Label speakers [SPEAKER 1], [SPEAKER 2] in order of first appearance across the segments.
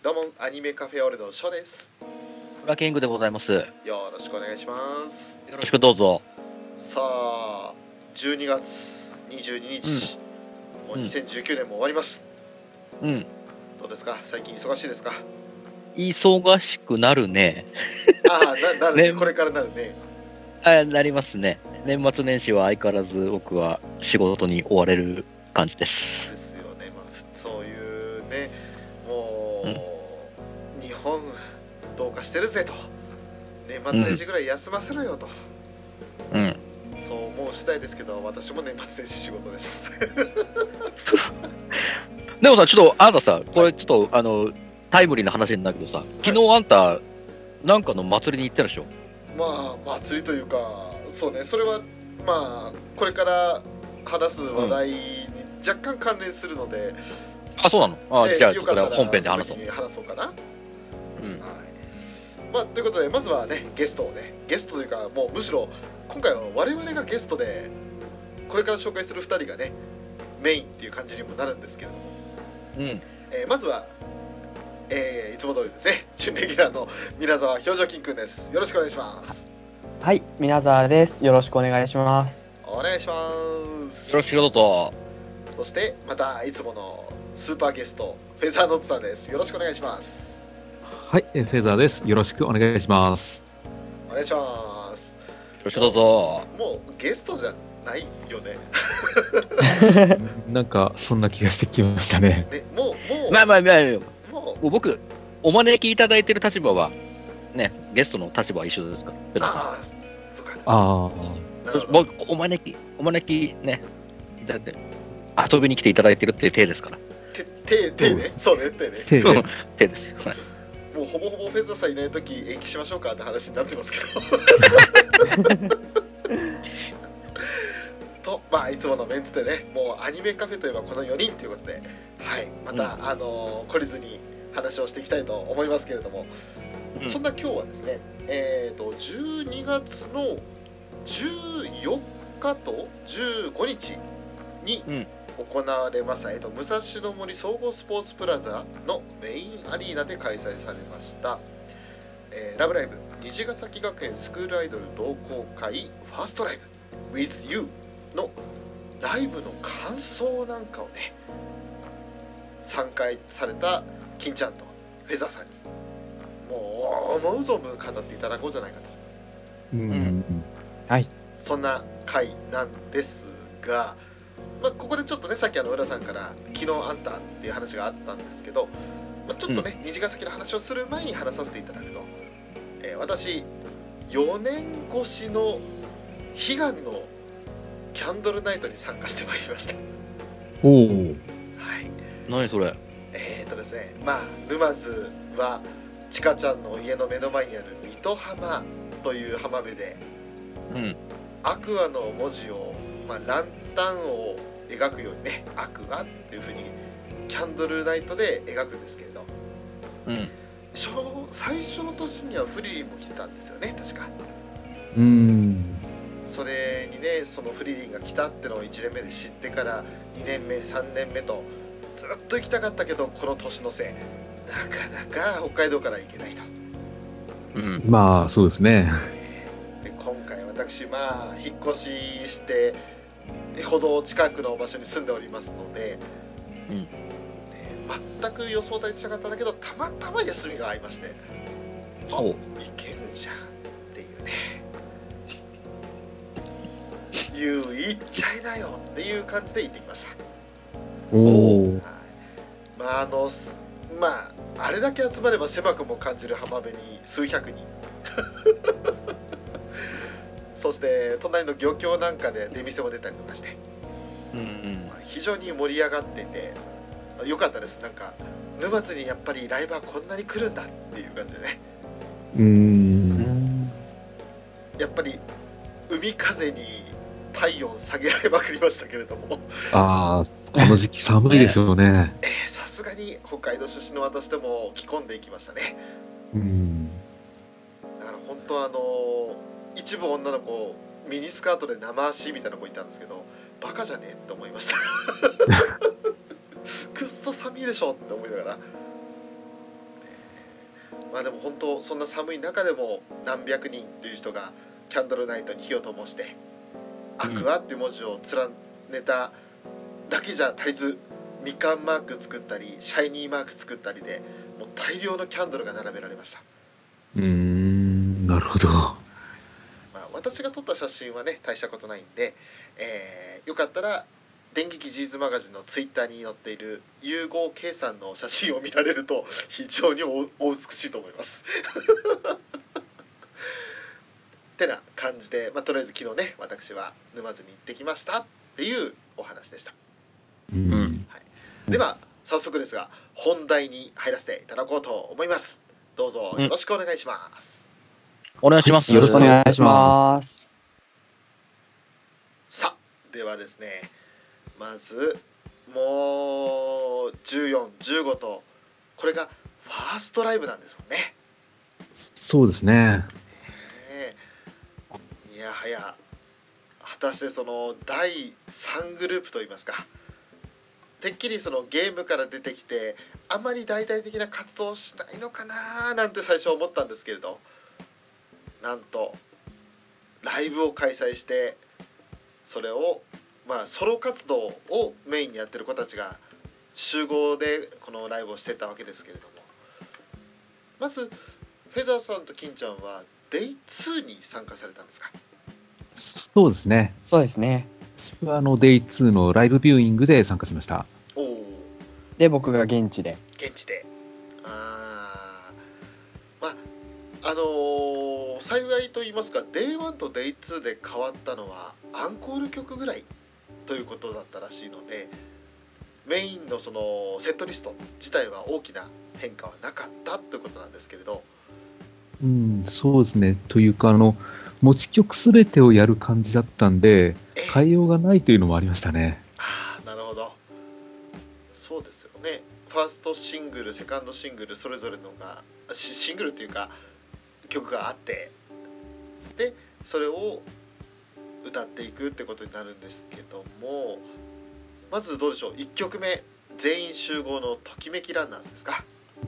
[SPEAKER 1] どうもアニメカフェオレのショです。
[SPEAKER 2] フラキングでございます。よ
[SPEAKER 1] よろしくお願いします。
[SPEAKER 2] ろしくどうぞ。
[SPEAKER 1] さあ12月22日、もう2019年も終わります。どうですか、最近忙しいですか？
[SPEAKER 2] 忙しくなるね。
[SPEAKER 1] なるね、これからなるね。
[SPEAKER 2] なりますね。年末年始は相変わらず僕は仕事に追われる感じです。
[SPEAKER 1] ですよね。そういうね、もう、日本どうかしてるぜと、年末年始ぐらい休ませろよと、そう思う次第ですけど、私も年末年始仕事です。
[SPEAKER 2] でもさ、ちょっとあんたさ、これちょっとタイムリーな話になるけどさ、昨日あんたなんかの祭りに行ったでしょ？
[SPEAKER 1] 祭りというか、そうね、それはこれから話す話題に若干関連するので、
[SPEAKER 2] そうなの？じゃあ
[SPEAKER 1] よかったら
[SPEAKER 2] 本編で話そう。
[SPEAKER 1] 話そうかな。ということで、まずはね、ゲストというか、もうむしろ今回は我々がゲストで、これから紹介する2人がねメインっていう感じにもなるんですけれども、まずは、いつも通りですね、準レギュラーの皆沢表情筋くんです。よろしくお願いします。
[SPEAKER 3] はい、皆沢です。よろしくお願いします。
[SPEAKER 1] お願いします。
[SPEAKER 2] よろしくどうぞ。
[SPEAKER 1] そしてまたいつものスーパーゲスト、フェザーノッツさんです。よろしくお願いします。
[SPEAKER 4] はい、フェザーです。よろしくお願いします。
[SPEAKER 1] お願いします。
[SPEAKER 2] よろしくどうぞ。
[SPEAKER 1] もうゲストじゃないよね。
[SPEAKER 4] なんかそんな気がしてきましたね。
[SPEAKER 1] もう
[SPEAKER 2] 僕お招きいただいてる立場はね、ゲストの立場は一緒ですから。
[SPEAKER 1] そうか。
[SPEAKER 2] 僕お招きね、だって遊びに来ていただいてるっていう体ですから。
[SPEAKER 1] 手ね、そうね、手ね。
[SPEAKER 2] 手ですよ。
[SPEAKER 1] もうほぼほぼフェザーさんいないとき延期しましょうかって話になってますけど。と、いつものメンツでね、もうアニメカフェといえばこの4人ということで、はい、また、懲りずに話をしていきたいと思いますけれども、そんな今日はですね、12月の14日と15日に行われます、武蔵野森総合スポーツプラザのメインアリーナで開催されました、ラブライブ虹ヶ崎学園スクールアイドル同好会ファーストライブ With You のライブの感想なんかをね、参加された金ちゃんとフェザーさんにもう思う存分語っていただこうじゃないかと、
[SPEAKER 3] はい、
[SPEAKER 1] そんな回なんですが、ここでちょっとね、さっき浦さんから昨日あんたっていう話があったんですけど、ちょっとね、虹ヶ崎の話をする前に話させていただくと、私4年越しの悲願のキャンドルナイトに参加してまいりました。はい。
[SPEAKER 2] 何それ？
[SPEAKER 1] ですね、沼津はちかちゃんの家の目の前にある糸浜という浜辺で、アクアの文字を、ランタンを描くようにね、アクアっていう風にキャンドルナイトで描くんですけれど、最初の年にはフリリンも来てたんですよね、確か。それにね、そのフリリンが来たってのを1年目で知ってから2年目3年目とずっと行きたかったけど、この年のせいなかなか北海道から行けないと。
[SPEAKER 4] そうですね。
[SPEAKER 1] で今回私引っ越ししてほど近くの場所に住んでおりますので、全く予想だにしなかったんだけど、たまたま休みが合いまして、行けるじゃんっていうね、行っちゃいなよっていう感じで行ってきました。あれだけ集まれば狭くも感じる浜辺に数百人そして隣の漁協なんかで出店も出たりとかして、非常に盛り上がっていてよかったです。なんか沼津にやっぱりライブはこんなに来るんだっていう感じでね、やっぱり海風に体温下げられまくりましたけれども、
[SPEAKER 4] この時期寒いですよね。
[SPEAKER 1] さすがに北海道出身の私でも着込んでいきましたね。だから本当一部女の子ミニスカートで生足みたいな子いたんですけど、バカじゃねえって思いましたくっそ寒いでしょって思いながら、 まあでも本当そんな寒い中でも何百人という人がキャンドルナイトに火を灯してアクアっていう文字を連ねただけじゃ足りず、みかんマーク作ったりシャイニーマーク作ったりでもう大量のキャンドルが並べられました。
[SPEAKER 4] なるほど。
[SPEAKER 1] まあ、私が撮った写真はね大したことないんで、よかったら電撃ジーズマガジンのツイッターに載っている融合計算の写真を見られると非常にお美しいと思いますってな感じで、まあ、とりあえず昨日ね私は沼津に行ってきましたっていうお話でした。はい、では早速ですが本題に入らせていただこうと思います。どうぞよろしくお願いします。
[SPEAKER 2] お願いします。
[SPEAKER 3] よろしくお願いします。
[SPEAKER 1] さあではですね、まずもう14、15とこれがファーストライブなんですもんね。
[SPEAKER 4] そうですね。
[SPEAKER 1] いやはや果たしてその第3グループといいますか、てっきりそのゲームから出てきてあまり大々的な活動をしないのかななんて最初思ったんですけれど、なんとライブを開催してそれをまあソロ活動をメインにやってる子たちが集合でこのライブをしてたわけですけれども、まずフェザーさんと金ちゃんはデイ2に参加されたんですか？
[SPEAKER 4] そうですね。
[SPEAKER 3] そうですね。
[SPEAKER 4] 私はデイ2のライブビューイングで参加しました。
[SPEAKER 3] で、僕が現地で。
[SPEAKER 1] まあ幸いと言いますか、デイ1とデイ2で変わったのはアンコール曲ぐらいということだったらしいので、メインのそのセットリスト自体は大きな変化はなかったということなんですけれど。
[SPEAKER 4] そうですね。というか持ち曲すべてをやる感じだったんで、変えようがないというのもありましたね。
[SPEAKER 1] なるほど。そうですよね。ファーストシングル、セカンドシングルそれぞれのがシングルというか曲があって、でそれを歌っていくってことになるんですけども、まずどうでしょう、1曲目全員集合のときめきランナーズですか？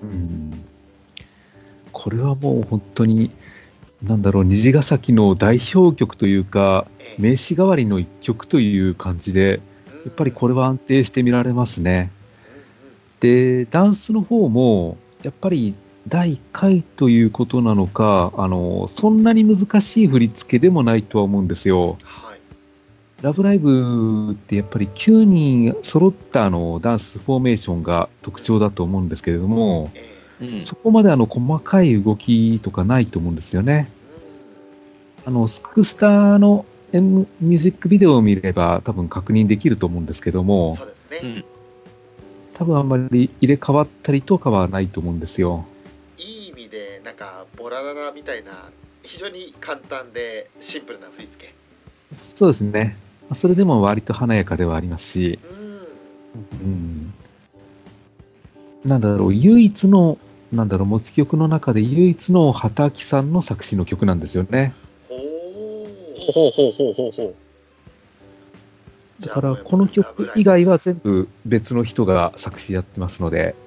[SPEAKER 4] これはもう本当に虹ヶ崎の代表曲というか、名詞代わりの一曲という感じで、やっぱりこれは安定して見られますね。で、ダンスの方も、やっぱり第1回ということなのか、そんなに難しい振り付けでもないとは思うんですよ。ラブライブってやっぱり9人揃ったダンスフォーメーションが特徴だと思うんですけれども、そこまで細かい動きとかないと思うんですよね。スクスタのミュージックビデオを見れば多分確認できると思うんですけども、
[SPEAKER 1] そうですね。
[SPEAKER 4] 多分あんまり入れ替わったりとかはないと思うんですよ。
[SPEAKER 1] いい意味でなんかボラララみたいな非常に簡単でシンプルな振り付け。
[SPEAKER 4] そうですね。それでも割と華やかではありますし、唯一の持ち曲の中で唯一の畑さんの作詞の曲なんですよね。だからこの曲以外は全部別の人が作詞やってますので。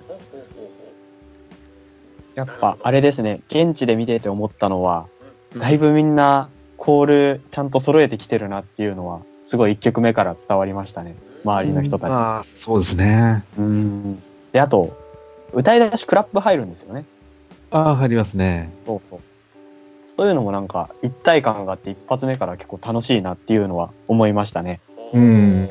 [SPEAKER 3] やっぱあれですね、現地で見てて思ったのは、だいぶみんなコールちゃんと揃えてきてるなっていうのはすごい1曲目から伝わりましたね、周りの人たち。
[SPEAKER 4] そうですね。
[SPEAKER 3] で、あと歌い出しクラップ入るんですよね。
[SPEAKER 4] 入りますね。
[SPEAKER 3] そういうのもなんか一体感があって一発目から結構楽しいなっていうのは思いましたね。
[SPEAKER 1] ファ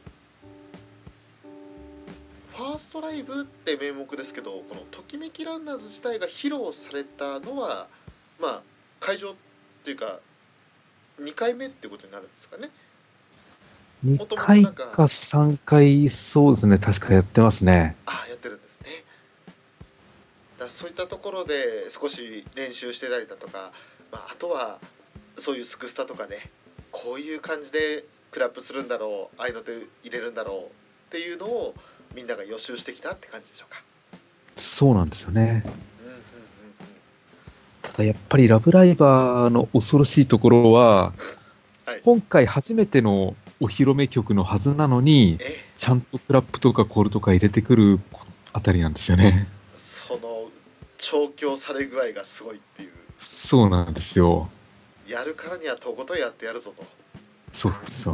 [SPEAKER 1] ーストライブって名目ですけど、このときめきランナーズ自体が披露されたのは会場っていうか2回目っていうことになるんですかね。
[SPEAKER 4] 2回か3回、そうですね、確かやってますね。
[SPEAKER 1] やってるんですね。そういったところで少し練習してたりだとか、あとはそういうスクスタとかね、こういう感じでクラップするんだろう、ああいうので入れるんだろうっていうのをみんなが予習してきたって感じでしょうか。
[SPEAKER 4] そうなんですよね。ただやっぱりラブライバーの恐ろしいところは、今回初めてのお披露目曲のはずなのに、ちゃんとクラップとかコールとか入れてくるあたりなんですよね。
[SPEAKER 1] その調教され具合がすごいっていう。
[SPEAKER 4] そうなんですよ。
[SPEAKER 1] やるからにはとことんやってやるぞと。
[SPEAKER 4] そうそう。
[SPEAKER 1] い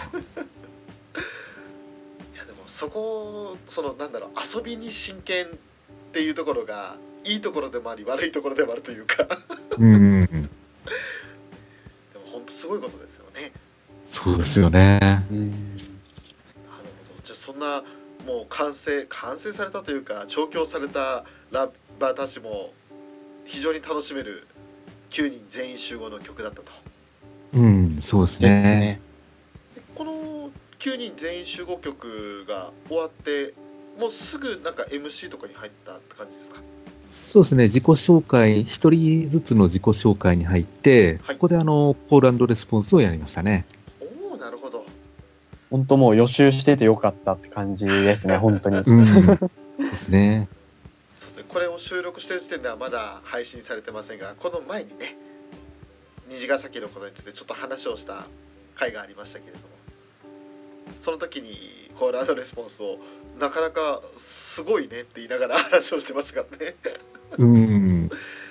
[SPEAKER 1] やでもそのなんだろう、遊びに真剣っていうところがいいところでもあり悪いところでもあるというか
[SPEAKER 4] うん。
[SPEAKER 1] でも本当すごいことですよね。
[SPEAKER 4] そうですよね。
[SPEAKER 1] なるほど。じゃあそんなもう完成されたというか調教されたラッバーたちも非常に楽しめる9人全員集合の曲だったと。
[SPEAKER 4] うん、そうですね。
[SPEAKER 1] この9人全員集合曲が終わってもうすぐなんか MC とかに入ったって感じですか？
[SPEAKER 4] そうですね、自己紹介、一人ずつの自己紹介に入って、
[SPEAKER 1] はい、
[SPEAKER 4] ここでコール&レスポンスをやりましたね。
[SPEAKER 1] おお、なるほど。
[SPEAKER 3] 本当もう予習しててよかったって感じですね、本当に。
[SPEAKER 4] うん、ですね。
[SPEAKER 1] そうですね、これを収録している時点ではまだ配信されてませんが、この前にね、虹ヶ崎のことについてちょっと話をした回がありましたけれども、その時にコール&レスポンスをなかなかすごいねって言いながら話をしてましたからね。
[SPEAKER 4] うん。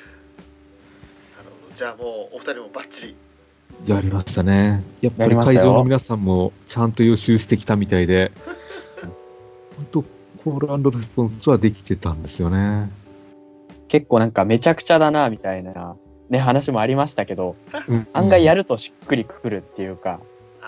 [SPEAKER 1] じゃあもうお二人もバッチリ
[SPEAKER 4] やりましたね。やっぱり会場の皆さんもちゃんと予習してきたみたいで、本当コール&レスポンスはできてたんですよね。
[SPEAKER 3] 結構なんかめちゃくちゃだなみたいなね話もありましたけど、
[SPEAKER 4] うん、
[SPEAKER 3] 案外やるとしっくりくるっていうか。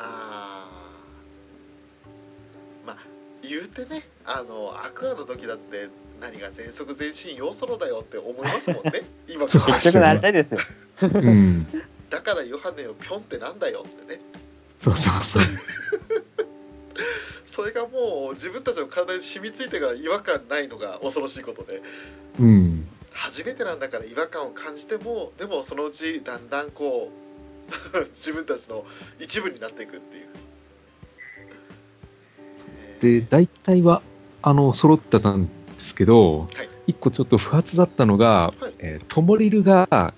[SPEAKER 1] まあ言うてね、アクアの時だって何が全速前進要ソロだよって思いますもんね。今
[SPEAKER 3] 結局あれですよ。
[SPEAKER 4] うん、
[SPEAKER 1] だからヨハネをピョンってなんだよってね。
[SPEAKER 4] そうそうそう。
[SPEAKER 1] それがもう自分たちの体に染みついてから違和感ないのが恐ろしいことで、
[SPEAKER 4] うん、
[SPEAKER 1] 初めてなんだから違和感を感じても、でもそのうちだんだんこう自分たちの一部になっていくっていう。
[SPEAKER 4] で、大体は揃ってたんですけど、
[SPEAKER 1] はい、
[SPEAKER 4] 一個ちょっと不発だったのが、
[SPEAKER 1] はい、
[SPEAKER 4] トモリルが、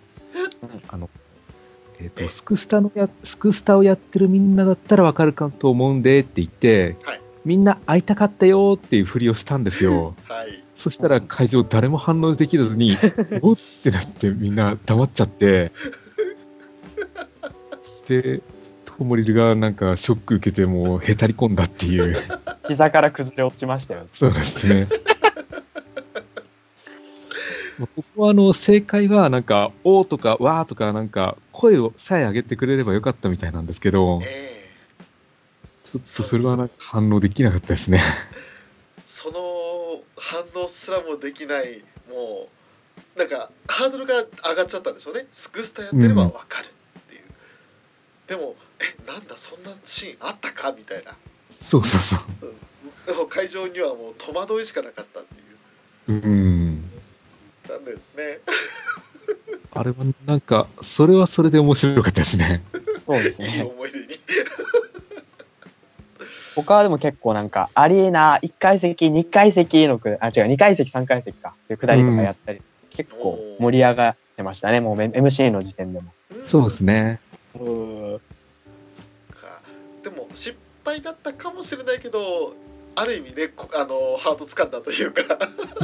[SPEAKER 4] スクスタをやってるみんなだったらわかるかと思うんでって言って、
[SPEAKER 1] はい、
[SPEAKER 4] みんな会いたかったよっていうふりをしたんですよ。
[SPEAKER 1] はい、
[SPEAKER 4] そしたら会場誰も反応できずに、おっってなってみんな黙っちゃって、で、トモリルがなんかショック受けてもうへたり込んだっていう。
[SPEAKER 3] 膝から崩れ落ちましたよ。
[SPEAKER 4] そうですね。ここは正解はなんか、おーとかわーとかなんか声をさえ上げてくれればよかったみたいなんですけど、ちょっとそれはなんか反応できなかったですね。
[SPEAKER 1] その反応すらもできない、もうなんかハードルが上がっちゃったんでしょうね。スクスタやってればわかるっていう、でもなんだそんなシーンあったかみたいな。
[SPEAKER 4] そうそうそう。
[SPEAKER 1] でも会場にはもう戸惑いしかなかったっていう。なんですね。
[SPEAKER 4] あれはなんか、それはそれで面白かったですね。
[SPEAKER 3] そうですね。
[SPEAKER 1] いい思い出に。
[SPEAKER 3] 他はでも結構なんか、アリーナ1階席、2階席の2階席、3階席か。っていうくだりとかやったり、結構盛り上がってましたね。もう MC の時点でも。
[SPEAKER 4] そうですね。
[SPEAKER 1] でも失敗だったかもしれないけど、ある意味ね、ハート掴んだというか、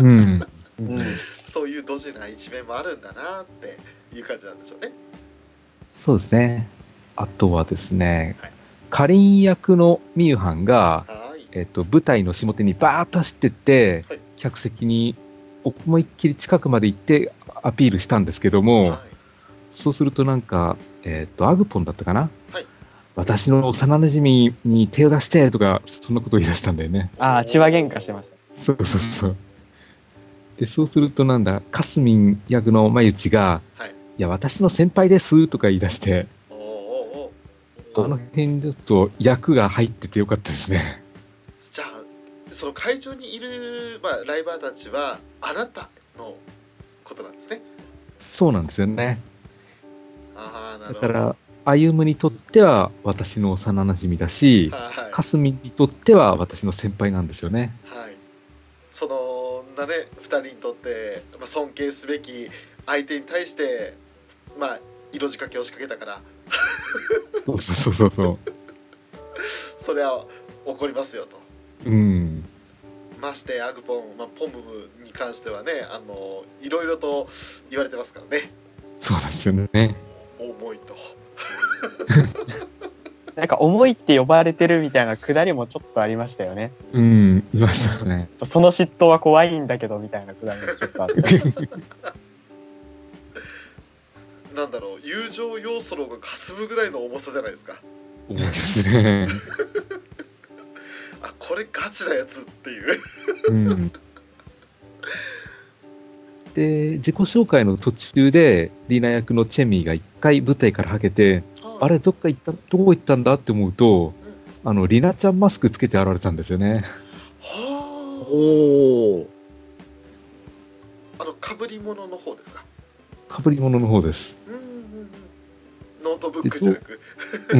[SPEAKER 1] そういうドジな一面もあるんだなっていう感じなんでしょうね。
[SPEAKER 4] そうですね。あとはですね、はい、かりん役のみゆはんが、舞台の下手にバーッと走ってって、はい、客席に思いっきり近くまで行ってアピールしたんですけども、はい、そうするとなんか、アグポンだったかな、はい、私の幼馴染に手を出してとか、そんなことを言い出したんだよね。
[SPEAKER 3] ああ、血は喧嘩してました。
[SPEAKER 4] そうそうそう。で、そうするとなんだ、かすみん役のまゆちが、はい、いや、私の先輩ですとか言い出して、あの辺ちょっと役が入っててよかったですね。
[SPEAKER 1] じゃあ、その会場にいる、ライバーたちは、あなたのことなんですね。
[SPEAKER 4] そうなんですよね。
[SPEAKER 1] ああ、なるほど。
[SPEAKER 4] だから、歩夢にとっては私の幼馴染だし、かすみんにとっては私の先輩なんですよね。
[SPEAKER 1] はい。そのね、2人にとって、尊敬すべき相手に対して、色仕掛けを仕掛けたから
[SPEAKER 4] そうそうそうそう
[SPEAKER 1] それは怒りますよと。 ましてアグポン、ポムに関してはね、いろいろと言われてますからね。
[SPEAKER 4] そうですよね。
[SPEAKER 1] 重いと。
[SPEAKER 3] なんか重いって呼ばれてるみたいなくだりもちょっとありましたよね。
[SPEAKER 4] うん、いましたね。
[SPEAKER 3] その嫉妬は怖いんだけどみたいなくだりもちょっとあって。
[SPEAKER 1] なんだろう、友情要素のがかすむぐらいの重さじゃないですか。
[SPEAKER 4] 重いですね。
[SPEAKER 1] あ、これガチなやつっていう。
[SPEAKER 4] うん。で、自己紹介の途中で、リーナ役のチェミーが一回舞台からはけて、あれ、どこ行ったんだって思うと、リナちゃんマスクつけて現れたんですよね。
[SPEAKER 1] はあ。
[SPEAKER 2] おー。
[SPEAKER 1] かぶり物の方ですか。
[SPEAKER 4] かぶり物の方です。
[SPEAKER 1] ノートブックじゃなく。
[SPEAKER 4] うん。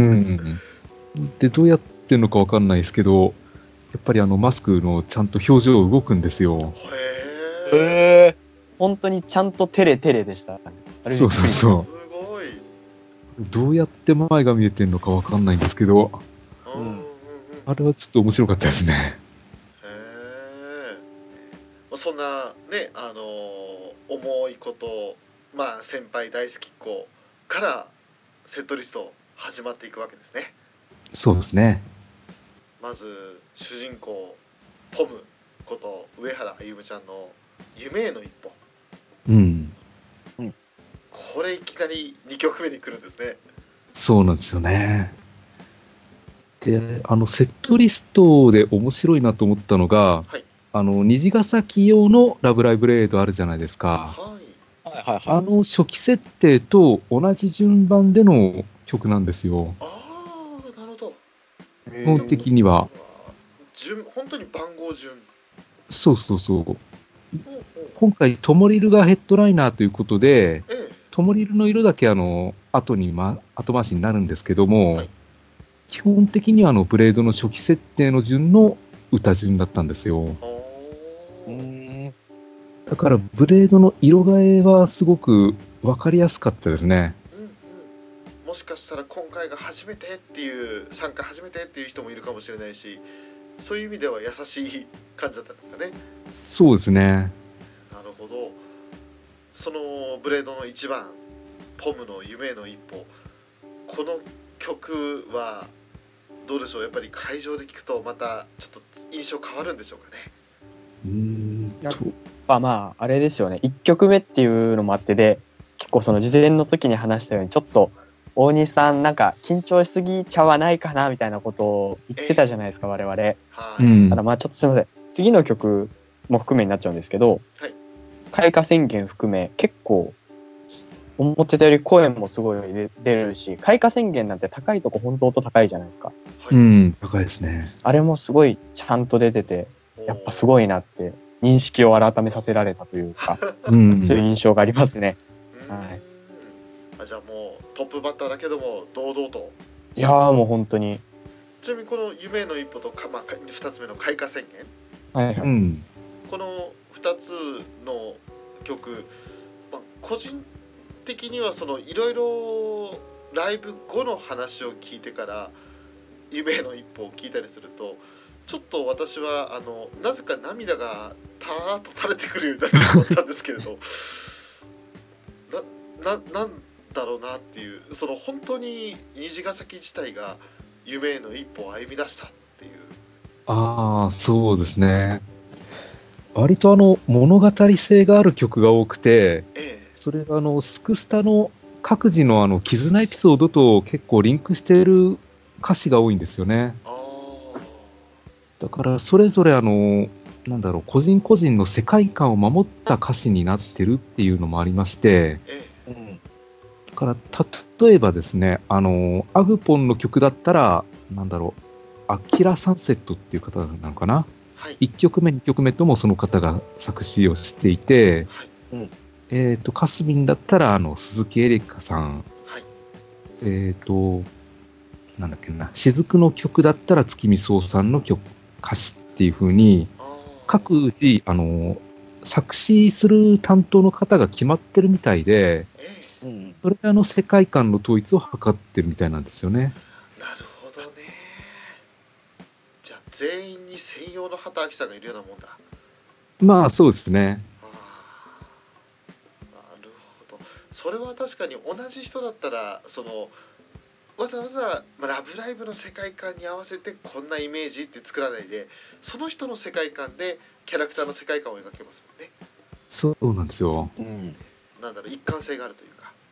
[SPEAKER 4] で、どうやってんのかわかんないですけど、やっぱりマスクのちゃんと表情動くんですよ。
[SPEAKER 3] へー。本当にちゃんとテレでした。
[SPEAKER 4] そうそうそう。
[SPEAKER 1] すごい。
[SPEAKER 4] どうやって前が見えてんのかわかんないんですけど、あれはちょっと面白かったですね。
[SPEAKER 1] へー。そんなね、重いこと、先輩大好きっ子からセットリスト始まっていくわけですね。
[SPEAKER 4] そうですね。
[SPEAKER 1] まず主人公ポムこと上原歩夢ちゃんの夢への一歩。
[SPEAKER 4] うん。
[SPEAKER 1] これいきなり2曲目に来るんですね。
[SPEAKER 4] そうなんですよね。で、セットリストで面白いなと思ったのが、
[SPEAKER 1] はい、
[SPEAKER 4] 虹ヶ崎用のラブライブレードあるじゃないですか。初期設定と同じ順番での曲なんですよ。
[SPEAKER 1] ああ、なるほど。
[SPEAKER 4] 基本的には。
[SPEAKER 1] 本当に番号順。
[SPEAKER 4] そうそうそう。今回、トモリルがヘッドライナーということで、トモリルの色だけ後回しになるんですけども、はい、基本的にはブレードの初期設定の順の歌順だったんですよ。だからブレードの色替えはすごく分かりやすかったですね。
[SPEAKER 1] もしかしたら今回が参加初めてっていう人もいるかもしれないし、そういう意味では優しい感じだったんですかね。
[SPEAKER 4] そうですね。
[SPEAKER 1] なるほど。そのブレードの1番ポムの夢への一歩、この曲はどうでしょう。やっぱり会場で聞くとまたちょっと印象変わるんでしょうかね。
[SPEAKER 3] やっぱあれですよね。1曲目っていうのもあってで、結構その事前の時に話したようにちょっと大西さんなんか緊張しすぎちゃわないかなみたいなことを言ってたじゃないですか、我々。ただちょっとすいません。次の曲も含めになっちゃうんですけど、はい、開花宣言含め結構思ってたより声もすごい出るし、開花宣言なんて高いとこ本当音高いじゃないですか。
[SPEAKER 4] 高いですね。あ
[SPEAKER 3] れもすごいちゃんと出てて、やっぱすごいなって認識を改めさせられたというか、そういう印象がありますね。はい。
[SPEAKER 1] じゃあもうトップバッターだけども堂々と。
[SPEAKER 3] いやーもう本当に。
[SPEAKER 1] ちなみにこの夢への一歩と2つ目の開花宣言、
[SPEAKER 3] はいはい、
[SPEAKER 1] この2つの曲、個人的にはいろいろライブ後の話を聞いてから夢への一歩を聞いたりすると、ちょっと私はなぜか涙がたーっと垂れてくるようになってしまったんですけれどなんだろうなっていう、本当に虹ヶ崎自体が夢への一歩を歩み出したっていう。
[SPEAKER 4] そうですね。割と物語性がある曲が多くて、それがスクスタの各自の絆エピソードと結構リンクしている歌詞が多いんですよね。だからそれぞれ個人個人の世界観を守った歌詞になってるっていうのもありまして、だから例えばですね、アグポンの曲だったら、アキラサンセットっていう方なのかな、はい、1曲目2曲目ともその方が作詞をしていて、カスミンだったら鈴木エリカさん、はい、雫の曲だったら月見草さんの歌詞っていう風に各自作詞する担当の方が決まってるみたいで、それで世界観の統一を図ってるみたいなんですよね。
[SPEAKER 1] なるほどね。じゃあ全員に専用の畑明さんがいるようなもんだ。
[SPEAKER 4] まあそうですね。
[SPEAKER 1] あなるほど。それは確かに同じ人だったらわざわざ、ラブライブの世界観に合わせてこんなイメージって作らないで、その人の世界観でキャラクターの世界観を描けますもんね。
[SPEAKER 4] そうなんですよ。
[SPEAKER 1] なんだろう、一貫性があるというか。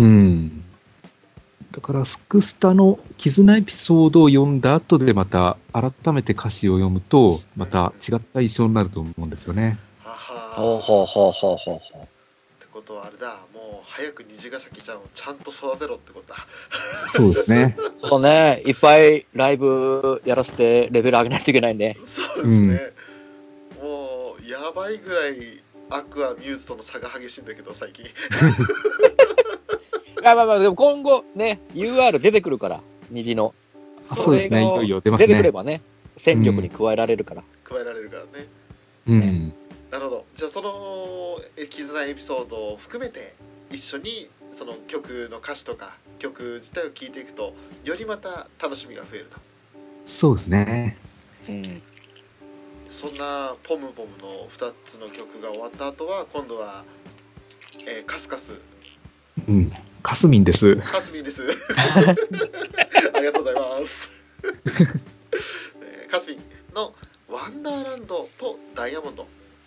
[SPEAKER 4] だからスクスタの絆エピソードを読んだ後でまた改めて歌詞を読むとまた違った印象になると思うんですよね。
[SPEAKER 1] はは
[SPEAKER 2] ほうほうほうほうほうほう。
[SPEAKER 1] ってことはあれだ、もう早く虹ヶ崎ちゃんをちゃんと育てろってことだ。
[SPEAKER 4] そうですね。
[SPEAKER 2] そうね、いっぱいライブやらせてレベル上げないといけないね。
[SPEAKER 1] そうですね。もうやばいぐらいアクアミューズとの差が激しいんだけど最近。
[SPEAKER 2] まあでも今後ね、UR 出てくるから、虹の。
[SPEAKER 4] そうですね、いよいよ出ますね。
[SPEAKER 2] 出てくればね、戦力に加えられるから。
[SPEAKER 1] 加えられるからね。なるほど。じゃあその絆エピソードを含めて一緒にその曲の歌詞とか曲自体を聴いていくとよりまた楽しみが増えると。
[SPEAKER 4] そうですね。
[SPEAKER 1] そんなポムポムの2つの曲が終わった後は今度は、カスカス。
[SPEAKER 4] カスミンです。
[SPEAKER 1] カスミンです。ありがとうございます。カスミンのワンダーランドとダイヤモンド。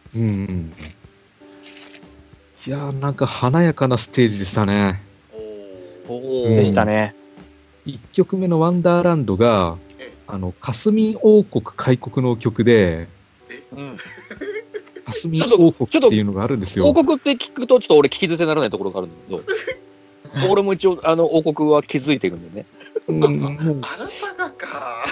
[SPEAKER 4] いやー、なんか華やかなステージでしたね。
[SPEAKER 3] でしたね。
[SPEAKER 4] 1曲目のワンダーランドが、カスミン王国開国の曲で、カスミン王国っていうのがあるんですよ。
[SPEAKER 2] 王国って聞くとちょっと俺聞き捨てならないところがあるんだけど、俺も一応王国は気づいてるんだよね。
[SPEAKER 1] あなたがか。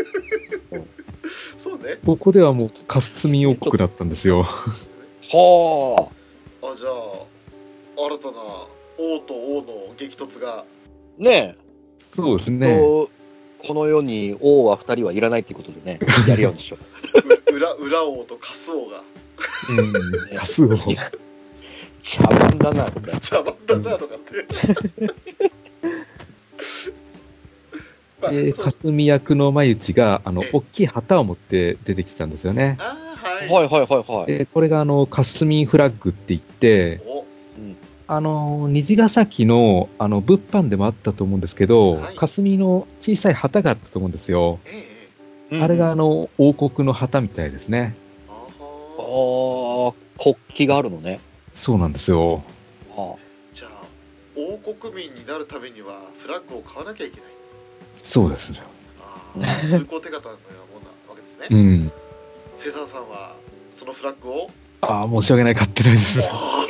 [SPEAKER 1] そうね。
[SPEAKER 4] ここではもうカスミン王国だったんですよ。
[SPEAKER 2] は
[SPEAKER 1] あ。じゃあ新たな王と王の激突が。
[SPEAKER 2] ねえ。
[SPEAKER 4] そうですね。
[SPEAKER 2] この世に王は2人はいらないっていうことでね、やり合うんでしょ。
[SPEAKER 1] 裏王とカス王が。
[SPEAKER 4] カス王。
[SPEAKER 2] 茶番だな。
[SPEAKER 1] 茶番だなとかって。
[SPEAKER 4] かすみ役の眉内が大きい旗を持って出てきたんですよね。でこれがかすみフラッグって言って、虹ヶ崎の物販でもあったと思うんですけど、かすみの小さい旗があったと思うんですよ。あれが王国の旗みたいですね。
[SPEAKER 2] 国旗があるのね。
[SPEAKER 4] そうなんですよ。
[SPEAKER 1] じゃあ王国民になるためにはフラッグを買わなきゃいけない。
[SPEAKER 4] そうですね。
[SPEAKER 1] 通行手形のようなもんなわけですね。フェザーさんはそのフラッグを
[SPEAKER 4] 申し訳ない、買ってないです。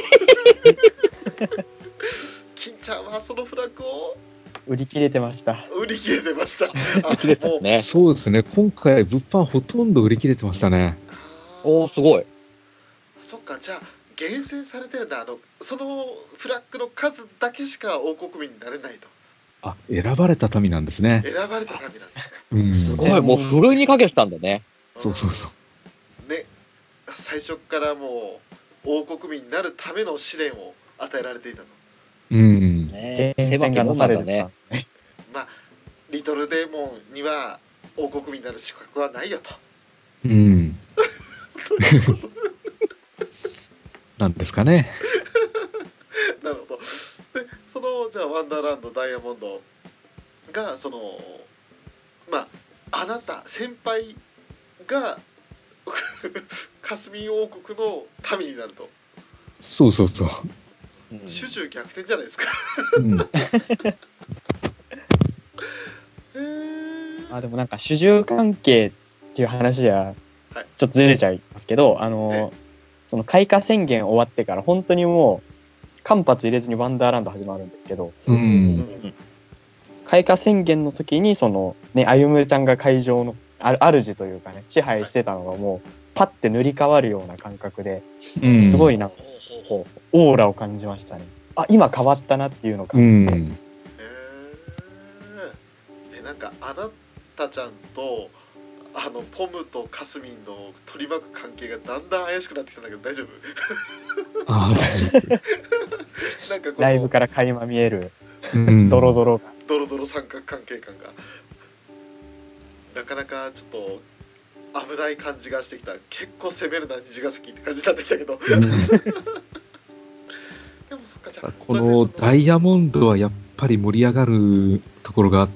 [SPEAKER 1] 金ちゃんはそのフラッグを
[SPEAKER 3] 売り切れてました。
[SPEAKER 1] 売り切れてました。
[SPEAKER 4] そうですね。今回物販ほとんど売り切れてましたね。
[SPEAKER 2] おー、すごい。
[SPEAKER 1] そっか、じゃあ厳選されてるんだ。そのフラッグの数だけしか王国民になれないと。
[SPEAKER 4] 選ばれた民なんですね。
[SPEAKER 1] 選ばれた民なんですね。
[SPEAKER 2] すごい、もうふるいにかけてたんだね。
[SPEAKER 4] そう。
[SPEAKER 1] ね、最初からもう王国民になるための試練を与えられていたと。
[SPEAKER 3] 厳選がなされるね。
[SPEAKER 1] リトルデーモンには王国民になる資格はないよと。
[SPEAKER 4] なんですかね。
[SPEAKER 1] なるほど。で、じゃあワンダーランドダイヤモンドがあなた先輩がカスミン王国の民になると。
[SPEAKER 4] そう。
[SPEAKER 1] 主従逆転じゃないですか。
[SPEAKER 3] でもなんか主従関係っていう話じゃちょっとずれちゃいますけど、その開花宣言終わってから本当にもう間髪入れずにワンダーランド始まるんですけど、開花宣言の時に歩夢ちゃんが会場の主というかね、支配してたのがもうパッて塗り替わるような感覚で、すごいなんかオーラを感じましたね。今変わったなっていうのを感じて。
[SPEAKER 1] なんかあなたちゃんとポムとカスミンの取り巻く関係がだんだん怪しくなってきたんだけど大丈夫？なんか
[SPEAKER 3] ライブから垣間見えるドロドロ
[SPEAKER 1] 三角関係感がなかなかちょっと危ない感じがしてきた。結構攻めるな虹ヶ崎って感じになってきたけどでもそっか、じゃあ
[SPEAKER 4] このダイヤモンドはやっぱり盛り上がるところがあって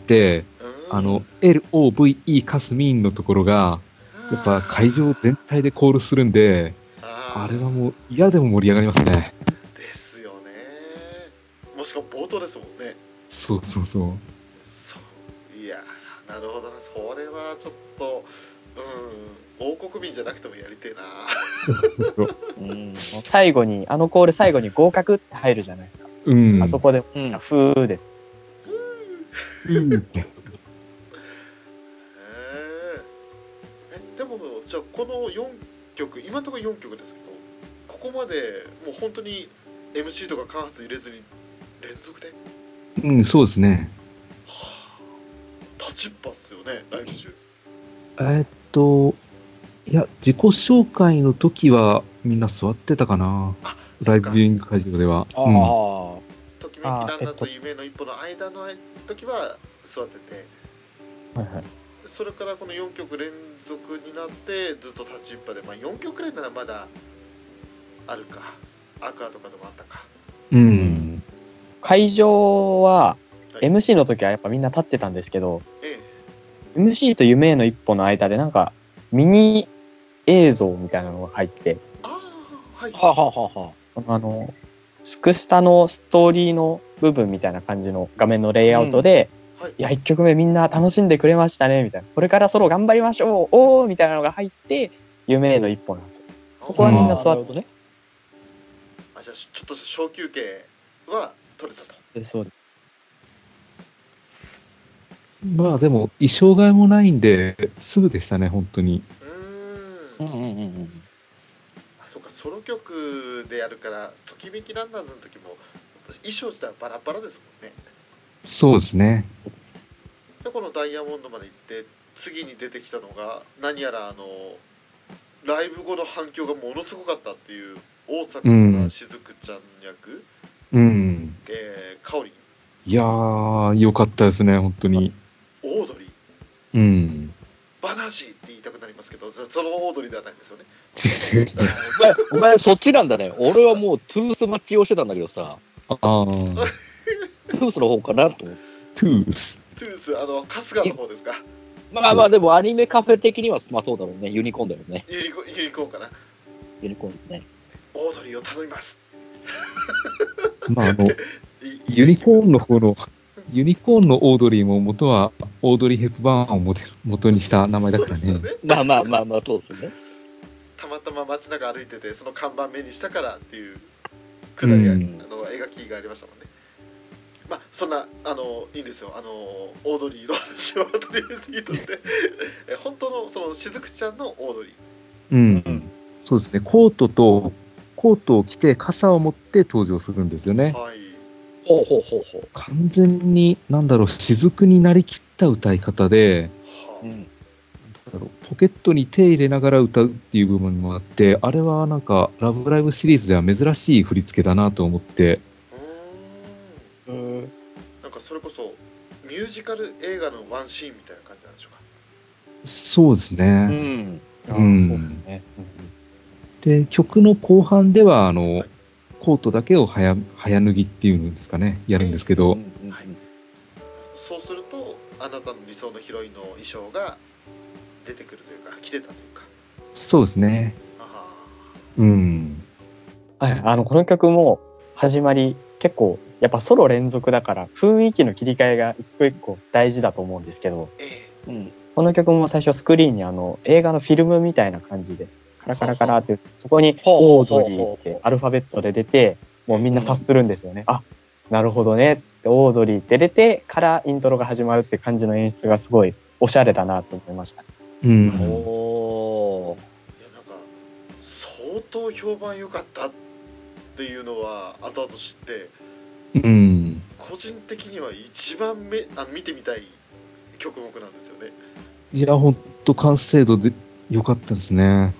[SPEAKER 4] 、LOVE カスミーンのところが、やっぱ会場全体でコールするんで、あれはもう嫌でも盛り上がりますね。
[SPEAKER 1] ですよね。もしかも冒頭ですもんね。
[SPEAKER 4] そう。
[SPEAKER 1] いや、なるほどな。それはちょっと、王国民じゃなくてもやりてえな。
[SPEAKER 3] 最後に、あのコール最後に合格って入るじゃないですか。あそこで、ふーです。
[SPEAKER 1] でも、じゃあこの4曲、今のところ4曲ですけど、ここまでもう本当に MC とか間髪入れずに連続で、
[SPEAKER 4] そうですね。
[SPEAKER 1] 立ちっぱっすよね、ライブ中。
[SPEAKER 4] いや、自己紹介の時はみんな座ってたかな。ライブビューイング会場では。
[SPEAKER 1] ときめきランナーと夢の一歩の間の時は座ってて、それからこの4曲連続になってずっと立ちっぱで、4曲くらいならまだあるか、アクアとかでもあったか。
[SPEAKER 3] 会場は MC の時はやっぱみんな立ってたんですけど、MC と夢への一歩の間でなんかミニ映像みたいなのが入って、スクスタのストーリーの部分みたいな感じの画面のレイアウトで、いや、1曲目みんな楽しんでくれましたねみたいな、これからソロ頑張りましょうおーみたいなのが入って夢への一歩なんですよ。そこはみんな座ってね。
[SPEAKER 1] じゃあちょっと小休憩は取れたと。
[SPEAKER 3] そうです。
[SPEAKER 4] まあでも衣装替えもないんですぐでしたね、本当に。
[SPEAKER 1] そうか、ソロ曲でやるからときめきランナーズの時も衣装自体はバラバラですもんね。
[SPEAKER 4] そうですね。
[SPEAKER 1] でこのダイヤモンドまで行って次に出てきたのが何やらライブ後の反響がものすごかったっていう大阪のしずくちゃん役、かおりん。
[SPEAKER 4] いやー、よかったですね、本当に。
[SPEAKER 1] オードリー。バナージーって言いたくなりますけど、そのオードリーではないんですよね。
[SPEAKER 2] お前そっちなんだね。俺はもうトゥース待ちをしてたんだけどさ。トゥースの方かなと思って。
[SPEAKER 4] トゥース、
[SPEAKER 1] 春日の方ですか。
[SPEAKER 2] まあでもアニメカフェ的にはそうだろうね。ユニコーンだよね。
[SPEAKER 1] ユニコーンかな。
[SPEAKER 2] ユニコーンですね。
[SPEAKER 1] オードリーを頼みます。
[SPEAKER 4] まあユニコーンの方のユニコーンのオードリーも元はオードリー・ヘップバーンを元にした名前だからね。
[SPEAKER 2] まあそうですね。
[SPEAKER 1] たまたま街中歩いててその看板目にしたからっていうくだりが、描きがありましたもんね。そんないいんですよ。オードリーの話はとりあえずいいとして本当のそのしずくちゃんのオードリー。
[SPEAKER 4] そうですね。コートを着て傘を持って登場するんですよね。完全に雫になりきった歌い方で、ポケットに手入れながら歌うっていう部分もあって、あれはなんかラブライブシリーズでは珍しい振り付けだなと思って。
[SPEAKER 1] なんかそれこそミュージカル映画のワンシーンみたいな感じなんでしょうか。
[SPEAKER 4] そうですね。
[SPEAKER 3] そうですね。
[SPEAKER 4] で、曲の後半ではコートだけを早脱ぎっていうんですかね、やるんですけど、
[SPEAKER 1] そうするとあなたの理想のヒロインの衣装が出てくるというか着てたというか。
[SPEAKER 4] そうですね。
[SPEAKER 3] この曲も始まり結構やっぱソロ連続だから雰囲気の切り替えが一個一個大事だと思うんですけど、この曲も最初スクリーンに映画のフィルムみたいな感じでカラカラカラってそこにオードリーってアルファベットで出て、もうみんな察するんですよね。なるほどねっつってオードリーって出てからイントロが始まるって感じの演出がすごいおしゃれだなと思いました。
[SPEAKER 1] いやなんか相当評判良かったっていうのは後々知って、個人的には一番見てみたい曲目なんですよね。
[SPEAKER 4] いや本当完成度で良かったですね。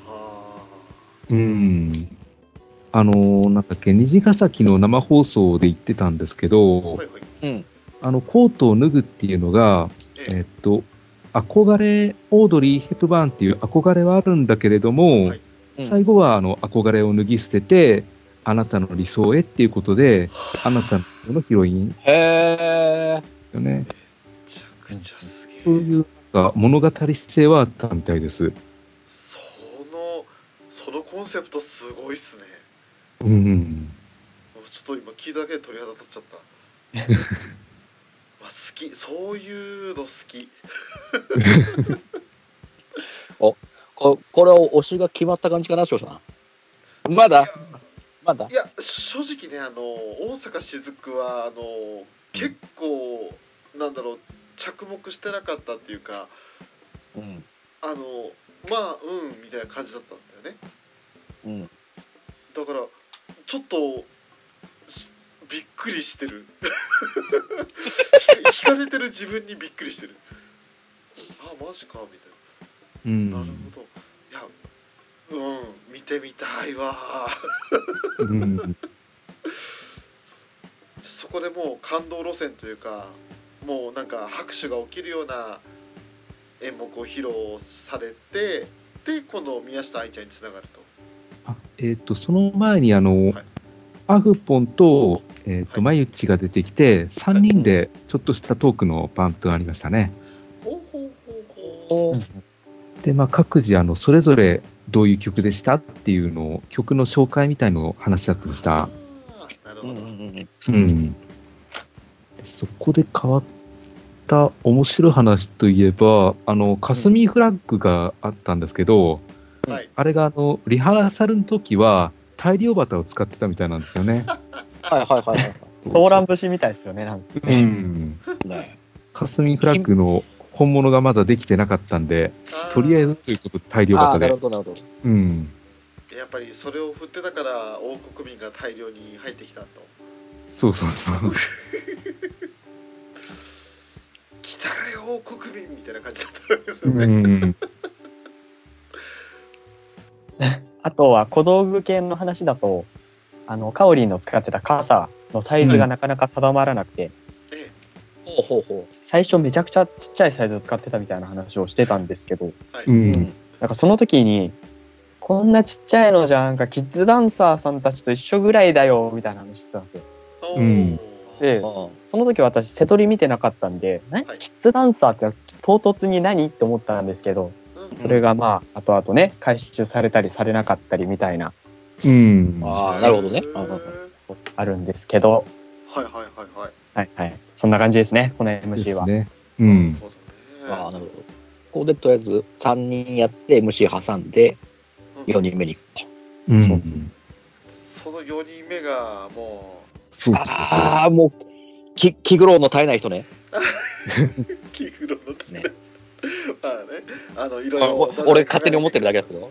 [SPEAKER 4] なんだっけ、虹ヶ崎の生放送で言ってたんですけど、コートを脱ぐっていうのが、 憧れ、オードリー・ヘプバーンっていう憧れはあるんだけれども、
[SPEAKER 1] はい
[SPEAKER 4] 最後は憧れを脱ぎ捨てて、あなたの理想へっていうことで、あなたのヒロイン
[SPEAKER 2] へー。
[SPEAKER 4] よね。
[SPEAKER 1] めちゃくちゃすげえ。
[SPEAKER 4] そういうなんか物語性はあったみたいです。
[SPEAKER 1] そのコンセプトすごいっすね。
[SPEAKER 4] うん。
[SPEAKER 1] ちょっと今聞いただけで鳥肌立っちゃった。好き、そういうの好き。
[SPEAKER 2] これを推しが決まった感じかな、翔さん。まだ
[SPEAKER 1] いや正直ね、大阪雫は結構なんだろう、着目してなかったっていうか、
[SPEAKER 2] うん。
[SPEAKER 1] まあみたいな感じだったんだよね。
[SPEAKER 2] うん。
[SPEAKER 1] だからちょっとびっくりしてる。惹かれてる自分にびっくりしてる。あ、マジかみたいな。なるほど。いや、見てみたいわ。そこでもう感動路線というか、もうなんか拍手が起きるような演目を披露されて、で今度宮下愛ちゃんにつながると。
[SPEAKER 4] その前にアフポンと、マユッチが出てきて、3人でちょっとしたトークのバンプがありましたね。
[SPEAKER 1] ほうほうほうほう。
[SPEAKER 4] で、各自それぞれどういう曲でしたっていうのを、曲の紹介みたいのを話し合ってました。
[SPEAKER 1] なるほど。
[SPEAKER 4] そこで変わった面白い話といえば、霞フラッグがあったんですけど、
[SPEAKER 1] はい、
[SPEAKER 4] あれがリハーサルの時は大漁旗を使ってたみたいなんですよね。
[SPEAKER 2] はいはいはいはい。
[SPEAKER 3] ソーラン節みたいですよね、なんか。
[SPEAKER 2] ね。
[SPEAKER 4] 霞フラッグの本物がまだできてなかったんで、とりあえずということで大量型で。
[SPEAKER 2] なるほどなるほど。
[SPEAKER 1] やっぱりそれを振ってたから王国民が大量に入ってきたと。
[SPEAKER 4] そうそうそう。
[SPEAKER 1] 来たらよ王国民みたいな感じだったんですよね。
[SPEAKER 3] あとは小道具系の話だと、カオリンの使ってた傘のサイズがなかなか定まらなくて、最初めちゃくちゃちっちゃいサイズを使ってたみたいな話をしてたんですけど、なんかその時に、こんなちっちゃいのじゃなんかキッズダンサーさんたちと一緒ぐらいだよみたいな話してたんですよ。で、その時私瀬戸り見てなかったんで、キッズダンサーって唐突に何って思ったんですけど、それがまあ後々ね回収されたりされなかったりみたいな、
[SPEAKER 2] なるほどね。
[SPEAKER 3] あるんですけど、はいそんな感じですね、この MC は。
[SPEAKER 2] なるほど。ここでとりあえず3人やって MC 挟んで4人目に行くと。
[SPEAKER 1] その4人目がも
[SPEAKER 2] うもう気苦労の絶えない人ね。
[SPEAKER 1] 気苦労の絶えない人ね。まあね、いろいろ
[SPEAKER 2] 俺勝手に思ってるだけだけど。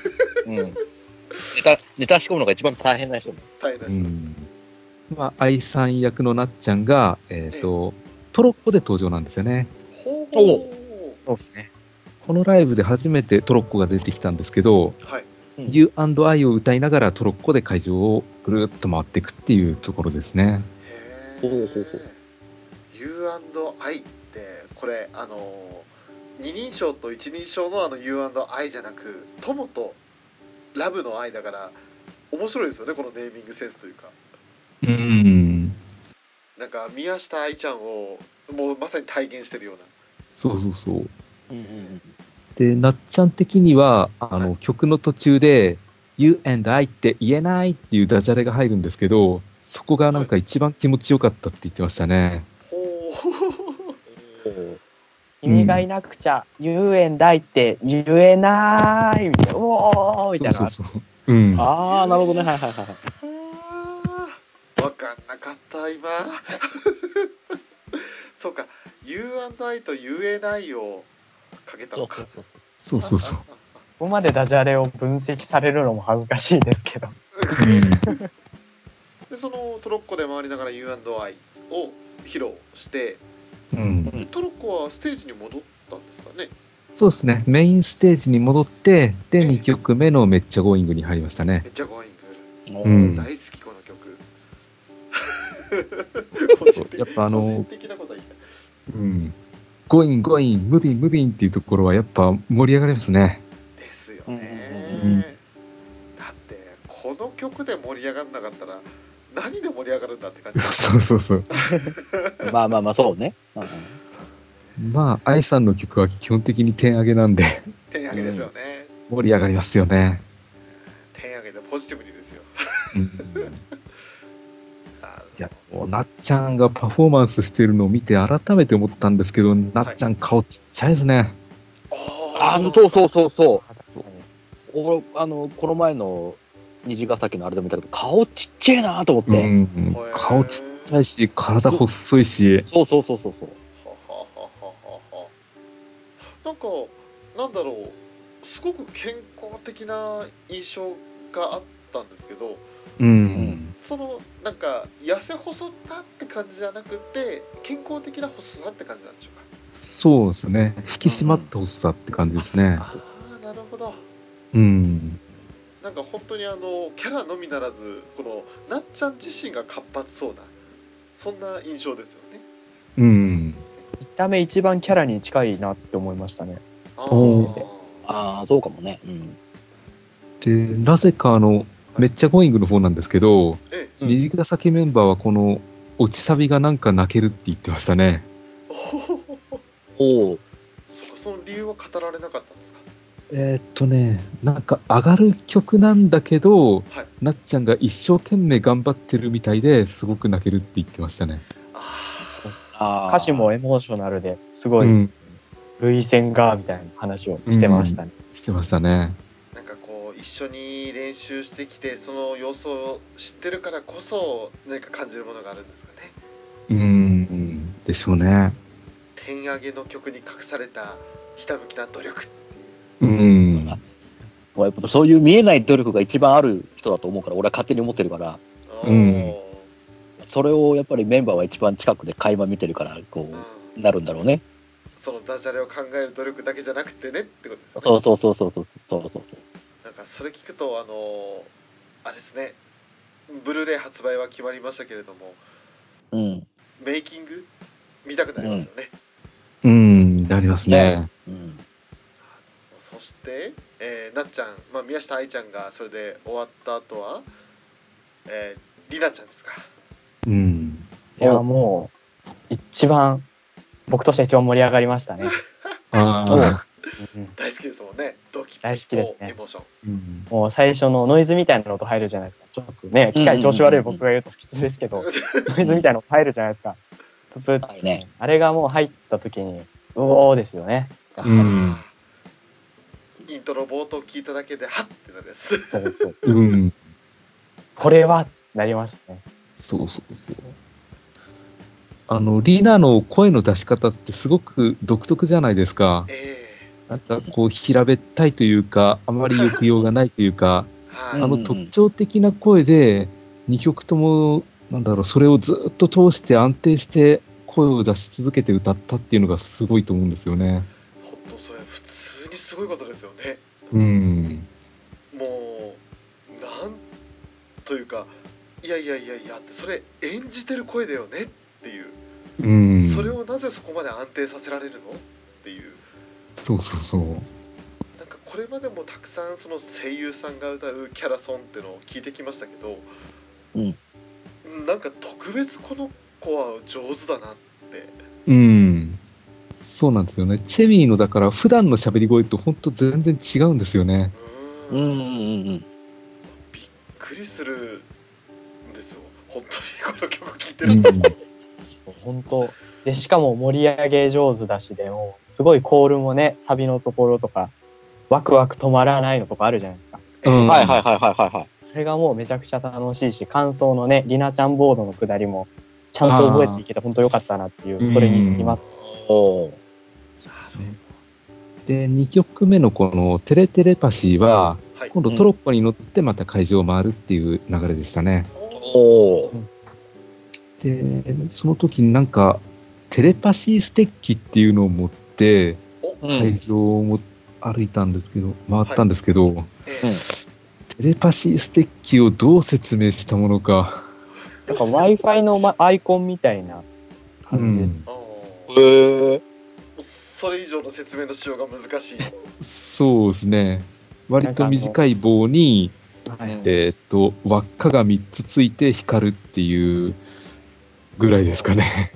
[SPEAKER 2] ネタ仕込むのが一番大変な人ね。
[SPEAKER 1] 大変な人。
[SPEAKER 4] 愛さん役のなっちゃんが、トロッコで登場なんですよね。
[SPEAKER 3] そうですね。
[SPEAKER 4] このライブで初めてトロッコが出てきたんですけど、You and I を歌いながらトロッコで会場をぐるっと回っていくっていうところですね。
[SPEAKER 1] You and I ってこれ二人称と一人称のYou and I じゃなく友とラブの愛だから面白いですよね、このネーミングセンスというか。なんか宮下愛ちゃんをもうまさに体現してるような。
[SPEAKER 4] そうそうそう。で、なっちゃん的には曲の途中で You and I って言えないっていうダジャレが入るんですけど、そこがなんか一番気持ちよかったって言ってましたね。
[SPEAKER 3] 君がいなくちゃ You and I って言えないみたいな、おーみたいな。
[SPEAKER 2] なるほどね。はいはいはい。
[SPEAKER 1] わかんなかった今。そうか、You and I と言えないをかけたのか。
[SPEAKER 4] そうそうそう。
[SPEAKER 3] ここまでダジャレを分析されるのも恥ずかしいですけど。
[SPEAKER 1] でそのトロッコで回りながら You and I を披露して、トロッコはステージに戻ったんですかね。
[SPEAKER 4] そうですね、メインステージに戻って、で、2曲目のめっちゃゴーイングに入りましたね。
[SPEAKER 1] めっちゃゴーイング。大好きこの曲。個人的なことは言いたい。
[SPEAKER 4] ゴイン、ゴイン、ムビン、ムビンっていうところはやっぱ盛り上がりますね。
[SPEAKER 1] ですよね、
[SPEAKER 4] うん
[SPEAKER 1] だってこの曲で盛り上がんなかったら何で盛り上がるんだって感じ
[SPEAKER 4] そうそうそう。
[SPEAKER 2] まあまあまあ、そうね。
[SPEAKER 4] まあ、愛さんの曲は基本的に点上げなんで、
[SPEAKER 1] 点上げですよね、
[SPEAKER 4] 盛り上がりますよね。
[SPEAKER 1] 点上げでポジティブにですよ。
[SPEAKER 4] いや、もうなっちゃんがパフォーマンスしてるのを見て改めて思ったんですけど、なっちゃん顔ちっちゃいですね。
[SPEAKER 2] そうそうそうそう。俺、この前の虹ヶ崎のあれでも見たけど、顔ちっちゃいなと思って。
[SPEAKER 4] 顔ちっちゃいし、体細いし。
[SPEAKER 2] そうそうそうそう。
[SPEAKER 1] なんか、なんだろう、すごく健康的な印象があったんですけど、そのなんか痩せ細ったって感じじゃなくて健康的な細さって感じなんでしょうか。
[SPEAKER 4] そうですね、引き締まった細さって感じですね。
[SPEAKER 1] ああ、なるほど。なんか本当にキャラのみならずこのなっちゃん自身が活発そうなそんな印象ですよね。
[SPEAKER 3] 見た目一番キャラに近いなって思いましたね。
[SPEAKER 2] ああ、そうかもね。
[SPEAKER 4] で、なぜかめっちゃゴーイングの方なんですけど、虹ヶ崎メンバーはこの落ちサビがなんか泣けるって言ってましたね。
[SPEAKER 1] その理由は語られなかったんですか。
[SPEAKER 4] なんか上がる曲なんだけど、なっちゃんが一生懸命頑張ってるみたいですごく泣けるって言ってましたね。
[SPEAKER 3] 歌詞もエモーショナルですごい、涙腺がみたいな話をしてましたね。
[SPEAKER 4] してましたね。
[SPEAKER 1] なんかこう一緒に練習してきてその様子を知ってるからこそ何か感じるものがあるんですかね。
[SPEAKER 4] でしょうね。
[SPEAKER 1] 点上げの曲に隠されたひたむきな努力。
[SPEAKER 2] やっぱそういう見えない努力が一番ある人だと思うから俺は勝手に思ってるから、それをやっぱりメンバーは一番近くで垣間見てるからこう、なるんだろうね。
[SPEAKER 1] そのダジャレを考える努力だけじゃなくてねってことですよね。
[SPEAKER 2] そう
[SPEAKER 1] なんかそれ聞くとあれですね、ブルーレイ発売は決まりましたけれども、メイキング見たくなりますよね。
[SPEAKER 4] なりますね。
[SPEAKER 1] そして、なっちゃん、宮下愛ちゃんがそれで終わった後は、りなちゃんですか。
[SPEAKER 3] いや、もう一番僕として一番盛り上がりましたね。
[SPEAKER 1] 大好きですもんね。
[SPEAKER 3] 大好きですね。
[SPEAKER 1] エモーション。
[SPEAKER 3] もう最初のノイズみたいな音入るじゃないですか。ちょっとね、機械調子悪い僕が言うと普通ですけど、ノイズみたいな音入るじゃないですか。あれがもう入った時に、うおーですよね。
[SPEAKER 1] イントロ冒頭聞いただけで、はっってなるやつ。
[SPEAKER 3] そう。これはなりましたね。
[SPEAKER 4] そう。リーナの声の出し方ってすごく独特じゃないですか。なんかこう平べったいというか、あまり抑揚がないというか、特徴的な声で2曲ともそれをずっと通して安定して声を出し続けて歌ったっていうのがすごいと思うんですよね。
[SPEAKER 1] 本当それ普通にすごいことですよね。もうなんというか、いやってそれ演じてる声だよねっていう、それをなぜそこまで安定させられるのっていう。
[SPEAKER 4] そう。
[SPEAKER 1] なんかこれまでもたくさんその声優さんが歌うキャラソンっていうのを聞いてきましたけど、なんか特別この子は上手だなって。
[SPEAKER 4] そうなんですよね。チェミーのだから普段の喋り声と本当全然違うんですよね。
[SPEAKER 1] びっくりするんですよ。本当にこの曲聴いてると。
[SPEAKER 3] 本当で、しかも盛り上げ上手だしでもすごいコールもね、サビのところとかワクワク止まらないのとかあるじゃないですか。それがもうめちゃくちゃ楽しいし、感想のね、りなちゃんボードの下りもちゃんと覚えていけて本当良かったなっていう、それにつきます。
[SPEAKER 4] で、2曲目のこのテレテレパシーは、今度トロッコに乗ってまた会場を回るっていう流れでしたね。で、その時になんかテレパシーステッキっていうのを持って会場を歩いたんですけど、回ったんですけど、テレパシーステッキをどう説明したものか。
[SPEAKER 3] なんか Wi-Fi のアイコンみたいな感じで。
[SPEAKER 1] それ以上の説明のしようが難しい。
[SPEAKER 4] そうですね。割と短い棒に、
[SPEAKER 3] はい、
[SPEAKER 4] 輪っかが3つついて光るっていうぐらいですかね。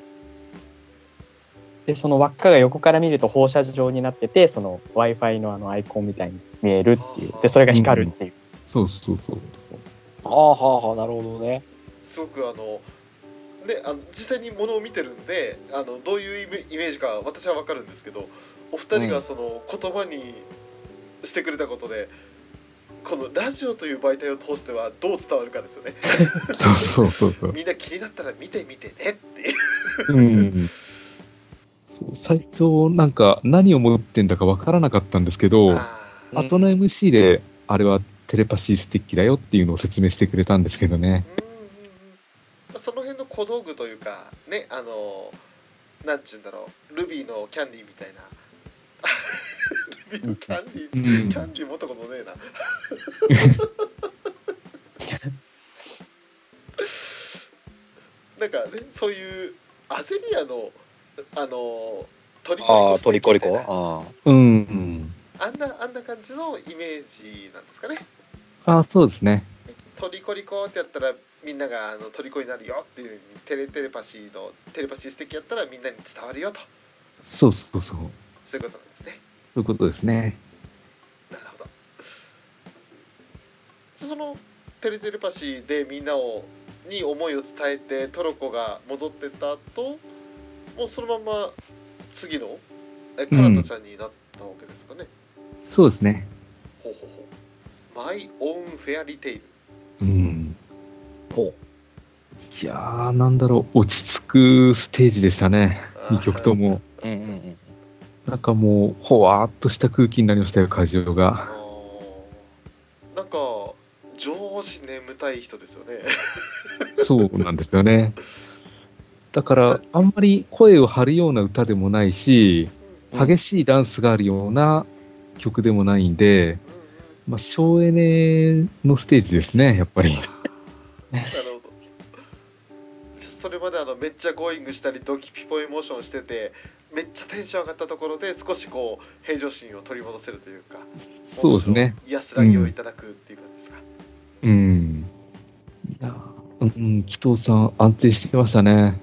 [SPEAKER 3] で、その輪っかが横から見ると放射状になってて、その Wi-Fi のアイコンみたいに見えるっていう。で、それが光るっていう。
[SPEAKER 4] そうそうそう。
[SPEAKER 2] はあはあはあ、なるほどね。
[SPEAKER 1] すごくね、実際にものを見てるんで、どういうイメージか私は分かるんですけど、お二人がその言葉にしてくれたことで、このラジオという媒体を通してはどう伝わるかですよね。
[SPEAKER 4] そう
[SPEAKER 1] みんな気になったら見てみてねっていう。
[SPEAKER 4] そう、最初なんか何を思ってんだかわからなかったんですけど、後の MC であれはテレパシースティッキだよっていうのを説明してくれたんですけどね。
[SPEAKER 1] その辺の小道具というかね、なんちゅうんだろう、ルビーのキャンディーみたいな。ルビーのキャンディー、キャンディー持ったことねえな。なんかね、そういうアゼリアの
[SPEAKER 2] トリコリコ、
[SPEAKER 1] あんな感じのイメージなんですかね。
[SPEAKER 4] そうですね。
[SPEAKER 1] トリコリコってやったらみんながトリコになるよっていう風に、テレパシーステッキやったらみんなに伝わるよと。
[SPEAKER 4] そういうこと
[SPEAKER 1] なんですね。
[SPEAKER 4] そういうことですね。
[SPEAKER 1] なるほど。そのテレパシーでみんなに思いを伝えてトロコが戻ってった後、もうそのまま次のカナタちゃんになったわけですかね。
[SPEAKER 4] そうですね。
[SPEAKER 1] ほう。マイオンフェアリテイル。
[SPEAKER 4] いやー、なんだろう、落ち着くステージでしたね。2曲とも。なんかもう、ほわーっとした空気になりましたよ、会場が。
[SPEAKER 1] なんか、常時眠たい人ですよね。
[SPEAKER 4] そうなんですよね。だから、あんまり声を張るような歌でもないし、激しいダンスがあるような曲でもないんで、省エネのステージですね、やっぱり。
[SPEAKER 1] なるほど。それまでめっちゃゴーイングしたりドキピポエモーションしてて、めっちゃテンション上がったところで少しこう平常心を取り戻せるというか、
[SPEAKER 4] そうですね。
[SPEAKER 1] 安らぎをいただくっていう感じですか。
[SPEAKER 4] 紀藤さん安定してましたね。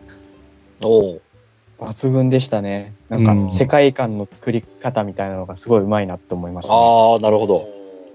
[SPEAKER 3] 抜群でしたね。なんか世界観の作り方みたいなのがすごい上手いなって思いましたね。
[SPEAKER 2] なるほど。
[SPEAKER 1] もう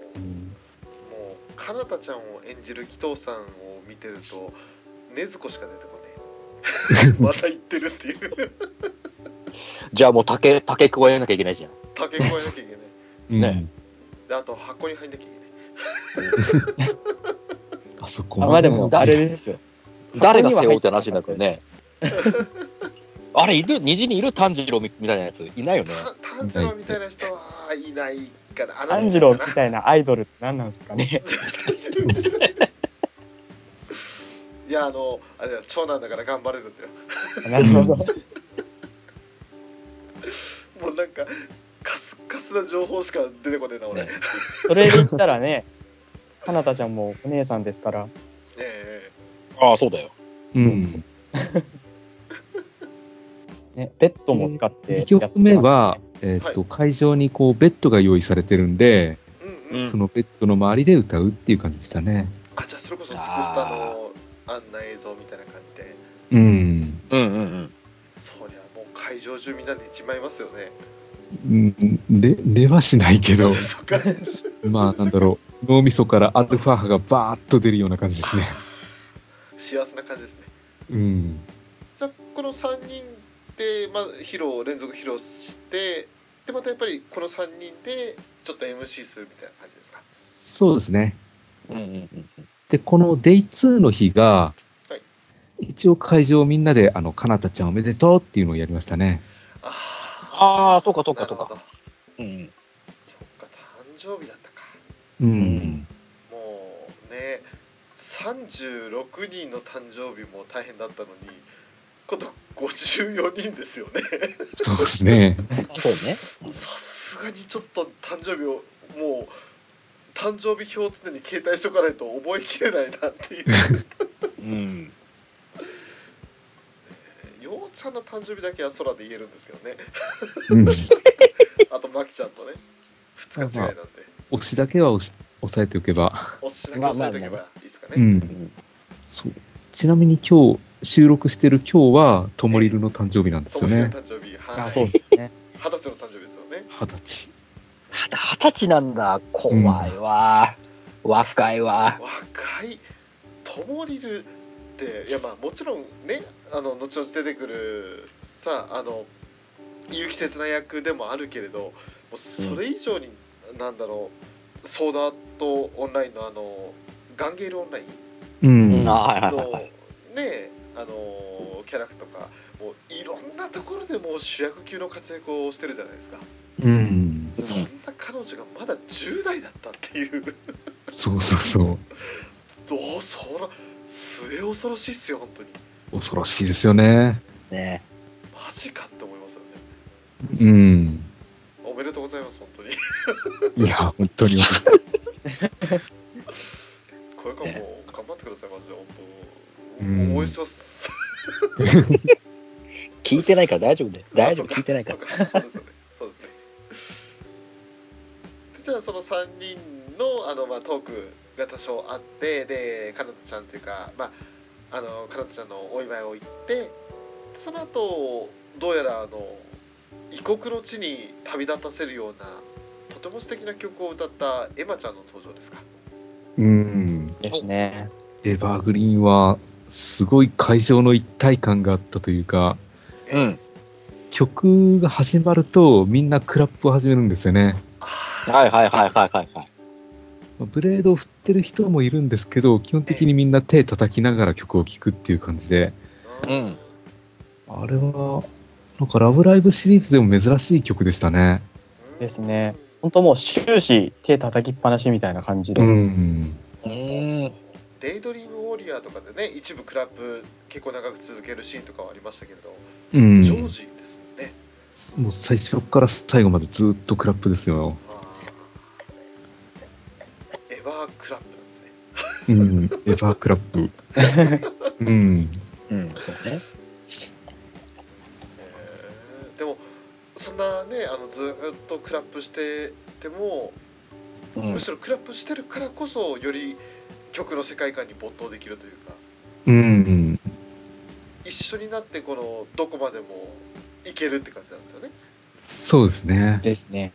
[SPEAKER 1] かなたちゃんを演じる紀藤さんを見てると禰豆子しか出てこないまた言ってるっていう
[SPEAKER 2] じゃあもう竹加えなきゃいけないじゃん。
[SPEAKER 1] 竹加えなきゃいけない。
[SPEAKER 2] ね。
[SPEAKER 1] であと箱に入んなきゃいけない。
[SPEAKER 4] あそこ
[SPEAKER 3] までもあれですよ。
[SPEAKER 2] 誰が背負うって話になるからね。あれ虹にいる炭治郎みたいなやついないよね。
[SPEAKER 1] 炭治郎みたいな人はいないかな。
[SPEAKER 3] 炭治郎みたいなアイドルって何なんですかね。
[SPEAKER 1] いやあれ長男だから頑張れるんだよ。
[SPEAKER 3] なるほど。
[SPEAKER 1] もうなんかカスカスな情報しか出てこねえな俺。
[SPEAKER 3] それで言ったらね、かなたちゃんもお姉さんですから。
[SPEAKER 2] そうだよ。
[SPEAKER 3] ね、ベッドも使って
[SPEAKER 4] 2曲目は、会場にこうベッドが用意されてるんで、そのベッドの周りで歌うっていう感じでしたね。
[SPEAKER 1] じゃあそれこそスクスタのあんな映像みたいな感じで。そりゃもう会場中みんなで一枚いますよね。
[SPEAKER 4] 寝はしないけど、なんだろう、脳みそからアルファ波がバーッと出るような感じですね。
[SPEAKER 1] 幸せな感じですね。じゃあこの3人で、連続披露して、でまたやっぱりこの3人でちょっと MC するみたいな感じですか。
[SPEAKER 4] そうですね。でこの Day2 の日が、一応会場みんなでかなたちゃんおめでとうっていうのをやりましたね。
[SPEAKER 2] そうか。そっか、誕
[SPEAKER 1] 生日だったか。もうね、36人の誕生日も大変だったのに、今度54人ですよね。
[SPEAKER 4] そうですね。
[SPEAKER 2] そうね。
[SPEAKER 1] さすがにちょっと誕生日をもう誕生日表を常に携帯しとかないと覚えきれないなっていう。ようちさんの誕生日だけは空で言えるんですけどね。
[SPEAKER 4] うん。
[SPEAKER 1] あとマキちゃんとね、2日違いなんで。
[SPEAKER 4] 推しだけは押さえておけば。
[SPEAKER 1] 推しだけ押さえておけばいいですかね。
[SPEAKER 4] うん。そう。ちなみに今日、収録してる今日は、ともりるの誕生日なんですよね。
[SPEAKER 1] ともりるの誕生日、はい。
[SPEAKER 3] あ、そうですね。
[SPEAKER 1] 20歳の誕生日ですよね。
[SPEAKER 4] 20歳。
[SPEAKER 2] 20歳なんだ。怖いわ。若いわ。
[SPEAKER 1] 若い。ともりるって、いやまあもちろんね、後々出てくるさ、有機切な役でもあるけれど、もうそれ以上に、なんだろう、ソードアートオンラインのガンゲールオンラインのね、キャラクターとか、もういろんなところでもう主役級の活躍をしてるじゃないですか。
[SPEAKER 4] うん。
[SPEAKER 1] そんな彼女がまだ10代だったっていう。
[SPEAKER 4] そうそうそう。
[SPEAKER 1] そら末恐ろしいっすよ、本当に。
[SPEAKER 4] 恐ろしいですよね。
[SPEAKER 2] ね。
[SPEAKER 1] マジかって思いますよね。
[SPEAKER 4] うん。
[SPEAKER 1] おめでとうございます、本当に。
[SPEAKER 4] いや、本当に。
[SPEAKER 1] これからもう頑張ってください、マジで、本当。
[SPEAKER 4] 応
[SPEAKER 1] 援してます。
[SPEAKER 2] 聞いてないから大丈夫で。大丈夫、聞いてないから。
[SPEAKER 1] そうですよね。そうですね。じゃあ、その3人の、まあ、トークが多少あって、で、かなたちゃんというか、まあ、かなたちゃんのお祝いを言って、その後、どうやら、異国の地に旅立たせるような、とても素敵な曲を歌ったエマちゃんの登場ですか。
[SPEAKER 3] ですね。
[SPEAKER 4] エバーグリーンは、すごい会場の一体感があったというか、曲が始まるとみんなクラップを始めるんですよね。
[SPEAKER 2] はいはいはいはいはい。
[SPEAKER 4] ブレードを振ってる人もいるんですけど、基本的にみんな手叩きながら曲を聴くっていう感じで、あれは、なんかラブライブシリーズでも珍しい曲でしたね。
[SPEAKER 3] ですね。本当もう終始手叩きっぱなしみたいな感じで。
[SPEAKER 1] デイドリームウォリアーとかでね、一部クラップ結構長く続けるシーンとかはありましたけれど、ジョージですもんね。
[SPEAKER 4] もう最初から最後までずっとクラップですよ。
[SPEAKER 1] エバークラップなんですね。
[SPEAKER 4] エバークラップ。そうね。
[SPEAKER 1] でもそんなね、ずっとクラップしてても、むしろクラップしてるからこそより曲の世界観に没頭できるというか、一緒になってこのどこまでもいけるって感じなんですよね。
[SPEAKER 4] そうですね。
[SPEAKER 3] ですね。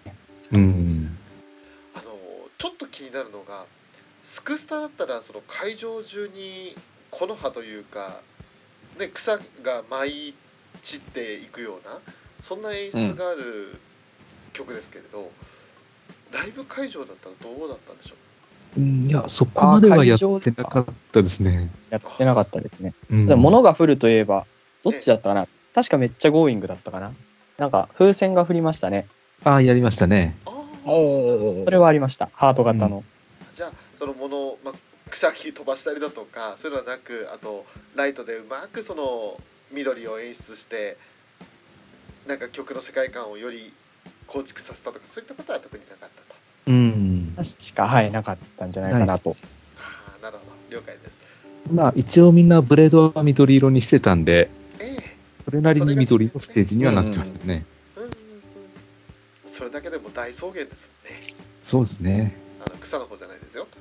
[SPEAKER 1] ちょっと気になるのが、スクスタだったらその会場中に木の葉というか、ね、草が舞い散っていくような、そんな演出がある曲ですけれど、ライブ会場だったらどうだったんでしょう。
[SPEAKER 4] いや、そこまではやってなかったですね。
[SPEAKER 3] やってなかったですね。でも物が降るといえば、どっちだったかな、確かめっちゃゴーイングだったかな。なんか風船が降りましたね。
[SPEAKER 4] やりましたね。
[SPEAKER 3] それはありました。ハート型の。
[SPEAKER 1] じゃあ、その草木飛ばしたりだとか、そういうのはなく、あと、ライトでうまくその緑を演出して、なんか曲の世界観をより構築させたとか、そういったことは特になかったと。
[SPEAKER 3] 確か、はい、なかったんじゃないかなと。
[SPEAKER 1] なるほど、了解です。
[SPEAKER 4] まあ、一応みんなブレードは緑色にしてたんで、それなりに緑のステージにはなってましたね。
[SPEAKER 1] それだけでも大草原ですもんね。
[SPEAKER 4] そうですね。
[SPEAKER 1] 草の方じゃないですよ。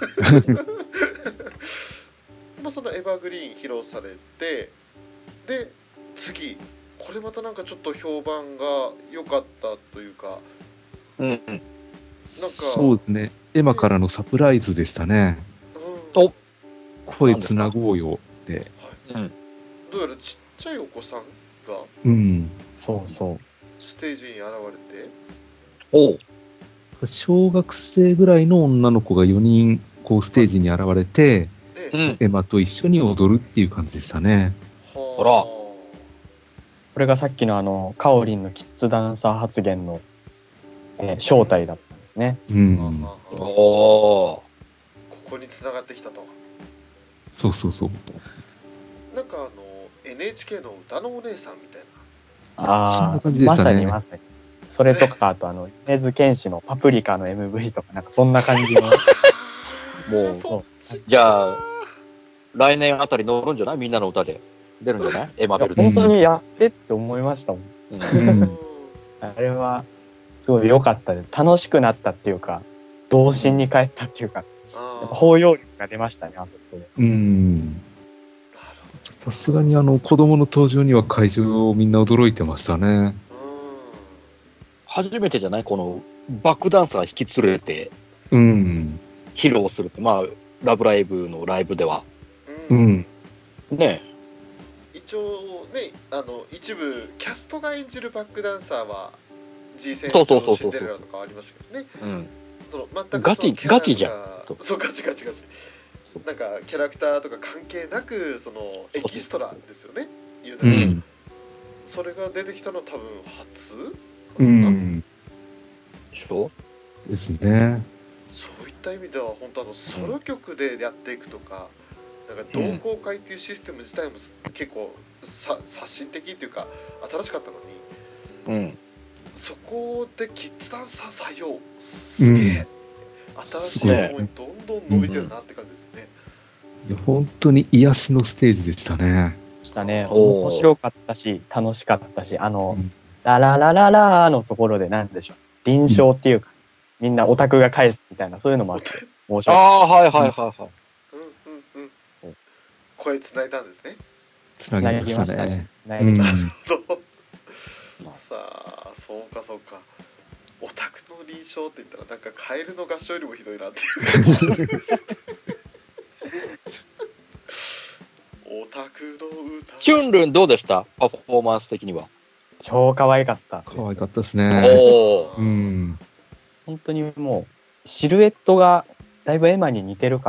[SPEAKER 1] そのエバーグリーン披露されて、で次これまたなんかちょっと評判が良かったというか、なんか
[SPEAKER 4] そうですね。エマからのサプライズでしたね。声つなごうよって。
[SPEAKER 1] どうやらちっちゃいお子さんが、
[SPEAKER 3] そうそう。
[SPEAKER 1] ステージに現れて、
[SPEAKER 4] 小学生ぐらいの女の子が4人こうステージに現れて、エマと一緒に踊るっていう感じでしたね。
[SPEAKER 3] これがさっきのカオリンのキッズダンサー発言の、正体だったんですね。
[SPEAKER 1] ここに繋がってきたと。
[SPEAKER 4] そうそうそう。
[SPEAKER 1] なんかNHK の歌のお姉さんみたい
[SPEAKER 3] な。
[SPEAKER 4] そんな感じでしたね。
[SPEAKER 3] まさに。それとか、あと米津玄師のパプリカの MV とか、なんかそんな感じの。
[SPEAKER 2] もう、じゃあ、来年あたり乗るんじゃない？みんなの歌で。 出るんじゃない？エマベル
[SPEAKER 3] 本当にやってって思いましたもん。あれは、すごい良かったです。楽しくなったっていうか、童心に帰ったっていうか、やっぱ包容力が出ましたね、あそこで。
[SPEAKER 4] さすがに子供の登場には会場みんな驚いてましたね。
[SPEAKER 2] 初めてじゃない？このバックダンサー引き連れて、披露するって、まあ、ラブライブのライブでは。ね
[SPEAKER 1] 一応ね、一部、キャストが演じるバックダンサーは、G 戦のシンデレラとかありましたけどね。その全く
[SPEAKER 2] ガチじゃん。
[SPEAKER 1] そう、ガチ。なんか、キャラクターとか関係なく、その、エキストラですよね。言うたら。それが出てきたの多分初
[SPEAKER 2] でしょ
[SPEAKER 4] ですね。
[SPEAKER 1] そういった意味では、本当ソロ曲でやっていくとか、なんか同好会っていうシステム自体も結構刷新的っていうか新しかったのに、そこでキッズダンサー採用すげえ、新しい方にどんどん伸びてるなって感じですね。
[SPEAKER 4] いや本当に癒しのステージでしたね。
[SPEAKER 3] 面白かったし楽しかったし、ラララララのところでなんでしょう、臨床っていうか、みんなオタクが返すみたいなそういうのもあって面白かった。
[SPEAKER 1] 声つないだんですね。
[SPEAKER 3] つなぎましたね。
[SPEAKER 1] なるほど。さあ、そうか。オタクの臨床って言ったらなんかカエルの合唱よりもひどいなっていう感じ。オタクの歌。
[SPEAKER 2] ヒュンルンどうでした？パフォーマンス的には。
[SPEAKER 3] 超可愛かった。
[SPEAKER 4] 可愛かったですね。
[SPEAKER 3] 本当にもうシルエットがだいぶエマに似てるから。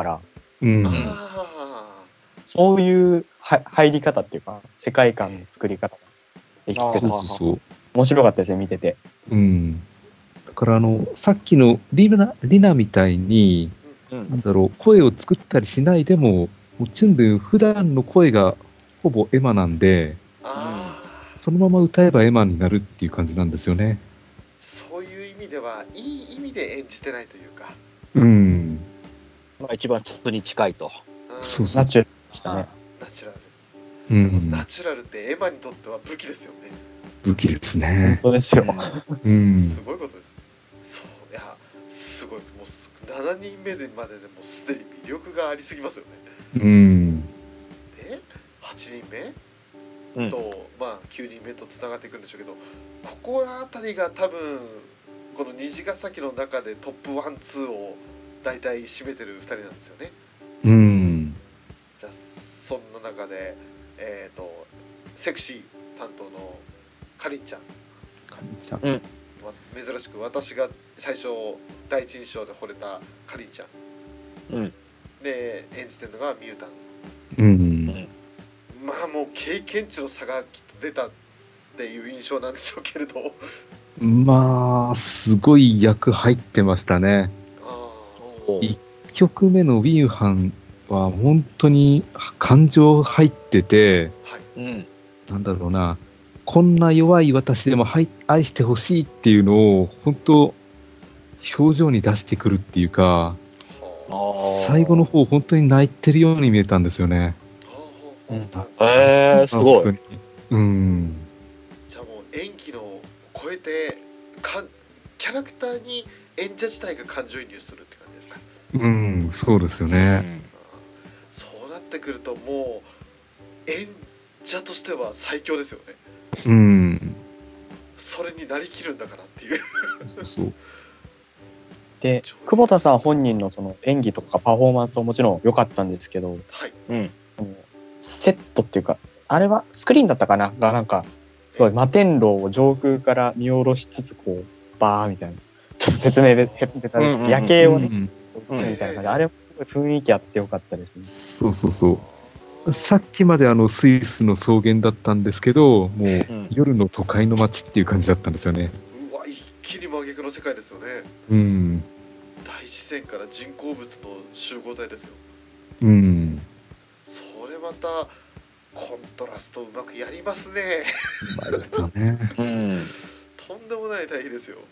[SPEAKER 3] そういう入り方っていうか、世界観の作り方ができてて、面白かったですね、見てて。
[SPEAKER 4] だからさっきのリナみたいに、声を作ったりしないでも、チュンルン普段の声がほぼエマなんで、そのまま歌えばエマになるっていう感じなんですよね。
[SPEAKER 1] そういう意味では、いい意味で演じてないというか。
[SPEAKER 2] まあ一番質に近いと。
[SPEAKER 3] ナチュラルでしたね。
[SPEAKER 1] ナチュラルってエマにとっては武器ですよね。
[SPEAKER 4] 武器ですね。
[SPEAKER 3] 本当ですよ。
[SPEAKER 1] すごいことです。そう、いや、すごい。もう7人目まででもすでに魅力がありすぎますよね。で、8人目と、まあ9人目とつながっていくんでしょうけど、ここら辺りが多分この虹ヶ崎の中でトップ1、2を大体占めてる2人なんですよね。じゃあそんな中でセクシー担当のかりんちゃん、珍しく私が最初第一印象で惚れたかりんちゃん、で演じてるのがミュータン、まあもう経験値の差がきっと出たっていう印象なんでしょうけれど、
[SPEAKER 4] まあすごい役入ってましたね。1曲目のウィンハンは本当に感情入ってて、なんだろうな、こんな弱い私でも愛してほしいっていうのを本当表情に出してくるっていうか、最後の方本当に泣いてるように見えたんですよね。
[SPEAKER 2] すごい。
[SPEAKER 1] じゃあもう演技の超えてキャラクターに演者自体が感情移入するって感じですか。
[SPEAKER 4] そうですよね。
[SPEAKER 1] そうなってくるともう演者としては最強ですよね。それになりきるんだからっていう
[SPEAKER 4] そう
[SPEAKER 3] で、久保田さん本人のその演技とかパフォーマンスももちろん良かったんですけど、セットっていうか、あれはスクリーンだったかながなんか、すごい摩天楼を上空から見下ろしつつ、こう、バーみたいな。ちょっと説明で、夜景をね、みたいな感じ。あれもすごい雰囲気あって良かったですね。
[SPEAKER 4] そう。さっきまでスイスの草原だったんですけど、もう夜の都会の街っていう感じだったんですよね。
[SPEAKER 1] うわ、一気に真逆の世界ですよね。大自然から人工物の集合体ですよ。それまたコントラストうまくやりますね。とんでもない対比ですよ。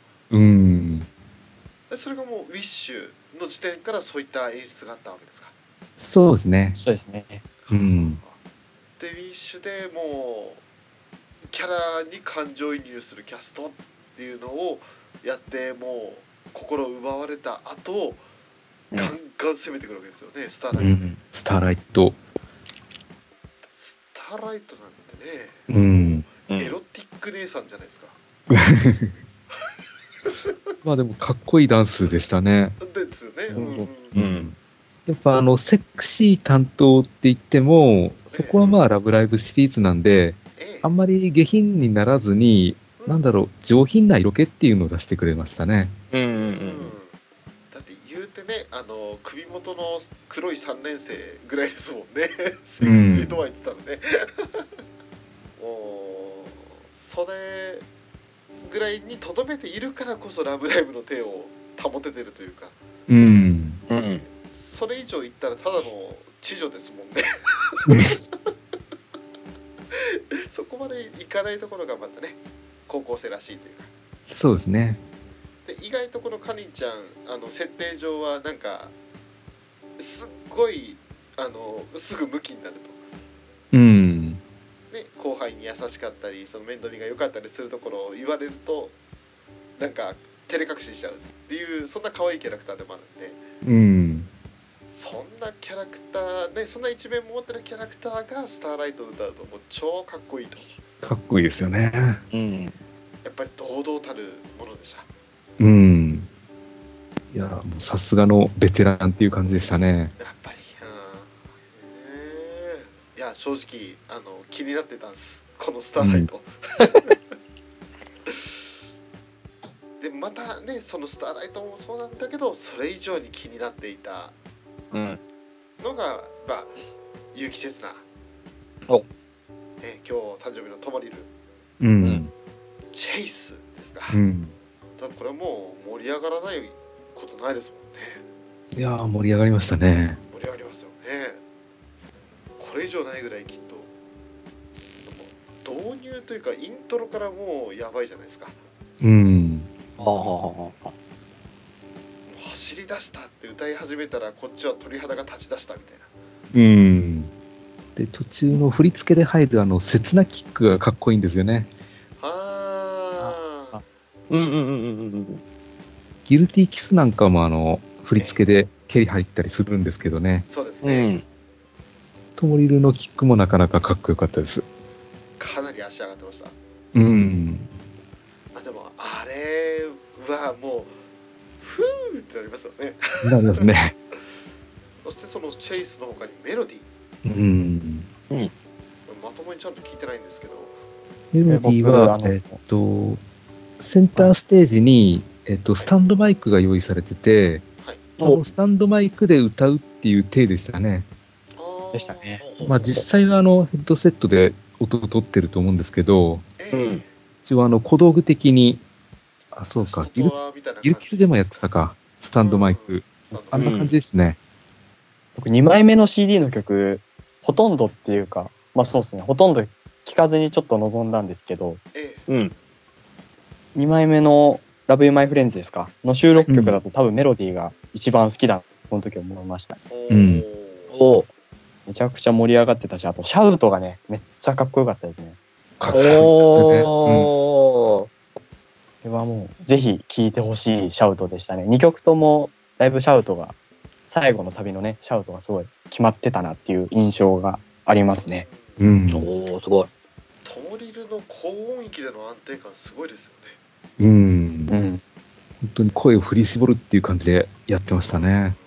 [SPEAKER 1] それがもうウィッシュの時点からそういった演出があったわけですか。
[SPEAKER 4] そうですね。
[SPEAKER 3] そうですね。
[SPEAKER 1] デビッシュでもうキャラに感情移入するキャストっていうのをやって、もう心奪われた後、ガンガン攻めてくるわけですよね、スターライト、
[SPEAKER 4] スターライト。
[SPEAKER 1] スターライトなんてね、エロティック姉さんじゃないですか。
[SPEAKER 4] まあでもかっこいいダンスでしたね。
[SPEAKER 1] ですよね。
[SPEAKER 4] やっぱセクシー担当って言っても、そこはまあラブライブシリーズなんで、あんまり下品にならずに、上品な色気っていうのを出してくれましたね。
[SPEAKER 1] だって言うてね、首元の黒い3年生ぐらいですもんね。セクシーとは言ってたのね。もう、それぐらいにとどめているからこそラブライブの手を保ててるというか。それ以上言ったらただの知女ですもんね。そこまでいかないところがまたね、高校生らしいというか。
[SPEAKER 4] そうですね。
[SPEAKER 1] で意外とこのかりんちゃん、設定上はなんかすっごいすぐムキになると。ね、後輩に優しかったり、その面倒見が良かったりするところを言われるとなんか照れ隠ししちゃうっていう、そんな可愛いキャラクターでもあるんで。そんなキャラクターね、そんな一面も持ってるキャラクターがスターライトを歌うともう超かっこいいと。
[SPEAKER 4] かっこいいですよね。
[SPEAKER 1] やっぱり堂々たるものでした。
[SPEAKER 4] いやもうさすがのベテランっていう感じでしたね。
[SPEAKER 1] やっぱり、いや正直気になってたんです、このスターライト。でまたね、そのスターライトもそうなんだけど、それ以上に気になっていたのが、結城刹那、今日誕生日のともりる、チェイスですか。だこれはもう盛り上がらないことないですもんね。
[SPEAKER 4] いやー盛り上がりましたね。
[SPEAKER 1] 盛り上がりますよね。これ以上ないぐらいきっと導入というかイントロからもうやばいじゃないですか。走り出したって歌い始めたらこっちは鳥肌が立ち出したみたいな。
[SPEAKER 4] で途中の振り付けで入る刹那キックがかっこいいんですよね。ギルティキスなんかも振り付けで蹴り入ったりするんですけどね。
[SPEAKER 1] そうですね。
[SPEAKER 4] トモリルのキックもなかなかかっこよかったです。
[SPEAKER 1] かなり足上がってました。でもあれはもうフーってなりますよね。
[SPEAKER 4] なりますね。
[SPEAKER 1] そしてそのチェイスの他にメロディー。まともにちゃんと聞いてないんですけど。
[SPEAKER 4] メロディーはセンターステージにスタンドマイクが用意されてて、スタンドマイクで歌うっていう体でしたね。
[SPEAKER 3] でしたね。
[SPEAKER 4] まあ実際はヘッドセットで音を取ってると思うんですけど、一応小道具的に、そうか、ギルキルでもやってたか、スタンドマイク。あんな感じですね。
[SPEAKER 3] 僕2枚目の CD の曲、ほとんどっていうか、そうですね、ほとんど聴かずにちょっと臨んだんですけど、2枚目の Love You My Friends ですかの収録曲だと多分メロディーが一番好きだ、この時思いました。めちゃくちゃ盛り上がってたし、あとシャウトがね、めっちゃかっこよかったですね。
[SPEAKER 4] かっこよ
[SPEAKER 3] これはもう、ぜひ聴いてほしいシャウトでしたね。2曲とも、だいぶシャウトが、最後のサビのね、シャウトがすごい決まってたなっていう印象がありますね。
[SPEAKER 2] すごい。
[SPEAKER 1] トモリルの高音域での安定感すごいですよね。
[SPEAKER 4] 本当に声を振り絞るっていう感じでやってましたね。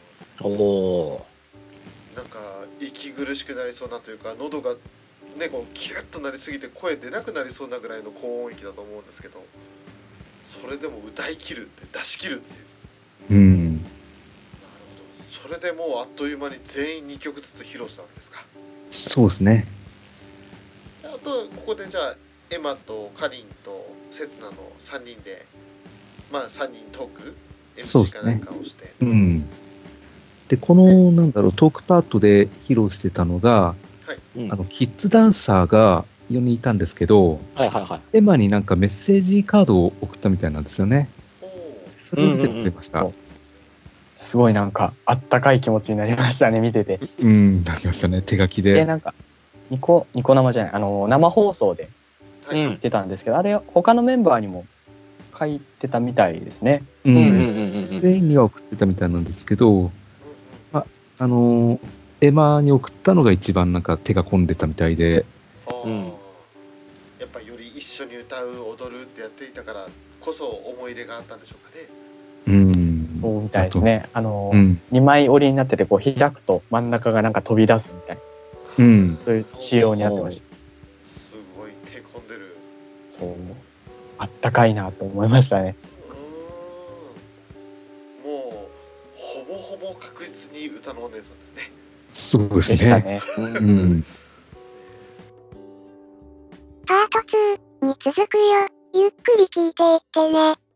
[SPEAKER 1] なんか息苦しくなりそうなというか、喉がねこうキュッとなりすぎて声出なくなりそうなぐらいの高音域だと思うんですけど、それでも歌い切るって出し切るっていう。なるほど。それでもうあっという間に全員2曲ずつ披露したんですか。
[SPEAKER 4] そうですね。
[SPEAKER 1] あとここでじゃあエマとカリンとセツナの3人で3人トーク MC かなんかをして、
[SPEAKER 4] でこのトークパートで披露してたのが、キッズダンサーが4人いたんですけど、エマになんかメッセージカードを送ったみたいなんですよね。それを見せてくれました。
[SPEAKER 3] すごいなんかあったかい気持ちになりましたね、見てて。
[SPEAKER 4] なりましたね、手書きで。
[SPEAKER 3] なんかニコ生じゃない、生放送で
[SPEAKER 1] はい
[SPEAKER 3] 言ってたんですけど、あれ、他のメンバーにも書いてたみたいですね。
[SPEAKER 4] うん。
[SPEAKER 2] うんうんうんうん。
[SPEAKER 4] 全員には送ってたみたいなんですけど、
[SPEAKER 1] うん
[SPEAKER 4] エマに送ったのが一番なんか手が込んでたみたいで、
[SPEAKER 1] うん
[SPEAKER 2] うん
[SPEAKER 1] やっぱより一緒に歌う踊るってやっていたからこそ思い入れがあったんでしょうかね。
[SPEAKER 4] うん。
[SPEAKER 3] そうみたいですね。
[SPEAKER 4] うん。
[SPEAKER 3] 2枚折りになってて、こう開くと真ん中がなんか飛び出すみたいな、
[SPEAKER 4] うん。
[SPEAKER 3] そういう仕様になってました。
[SPEAKER 1] すごい手込んでる。
[SPEAKER 3] そう。あったかいなと思いましたね。
[SPEAKER 1] もうほぼほぼ確実に歌のお姉さんですね。
[SPEAKER 4] そうです
[SPEAKER 3] でした
[SPEAKER 4] ね。
[SPEAKER 3] ね。
[SPEAKER 4] うん。
[SPEAKER 5] パート2に続くよ。ゆっくり聞いていってね。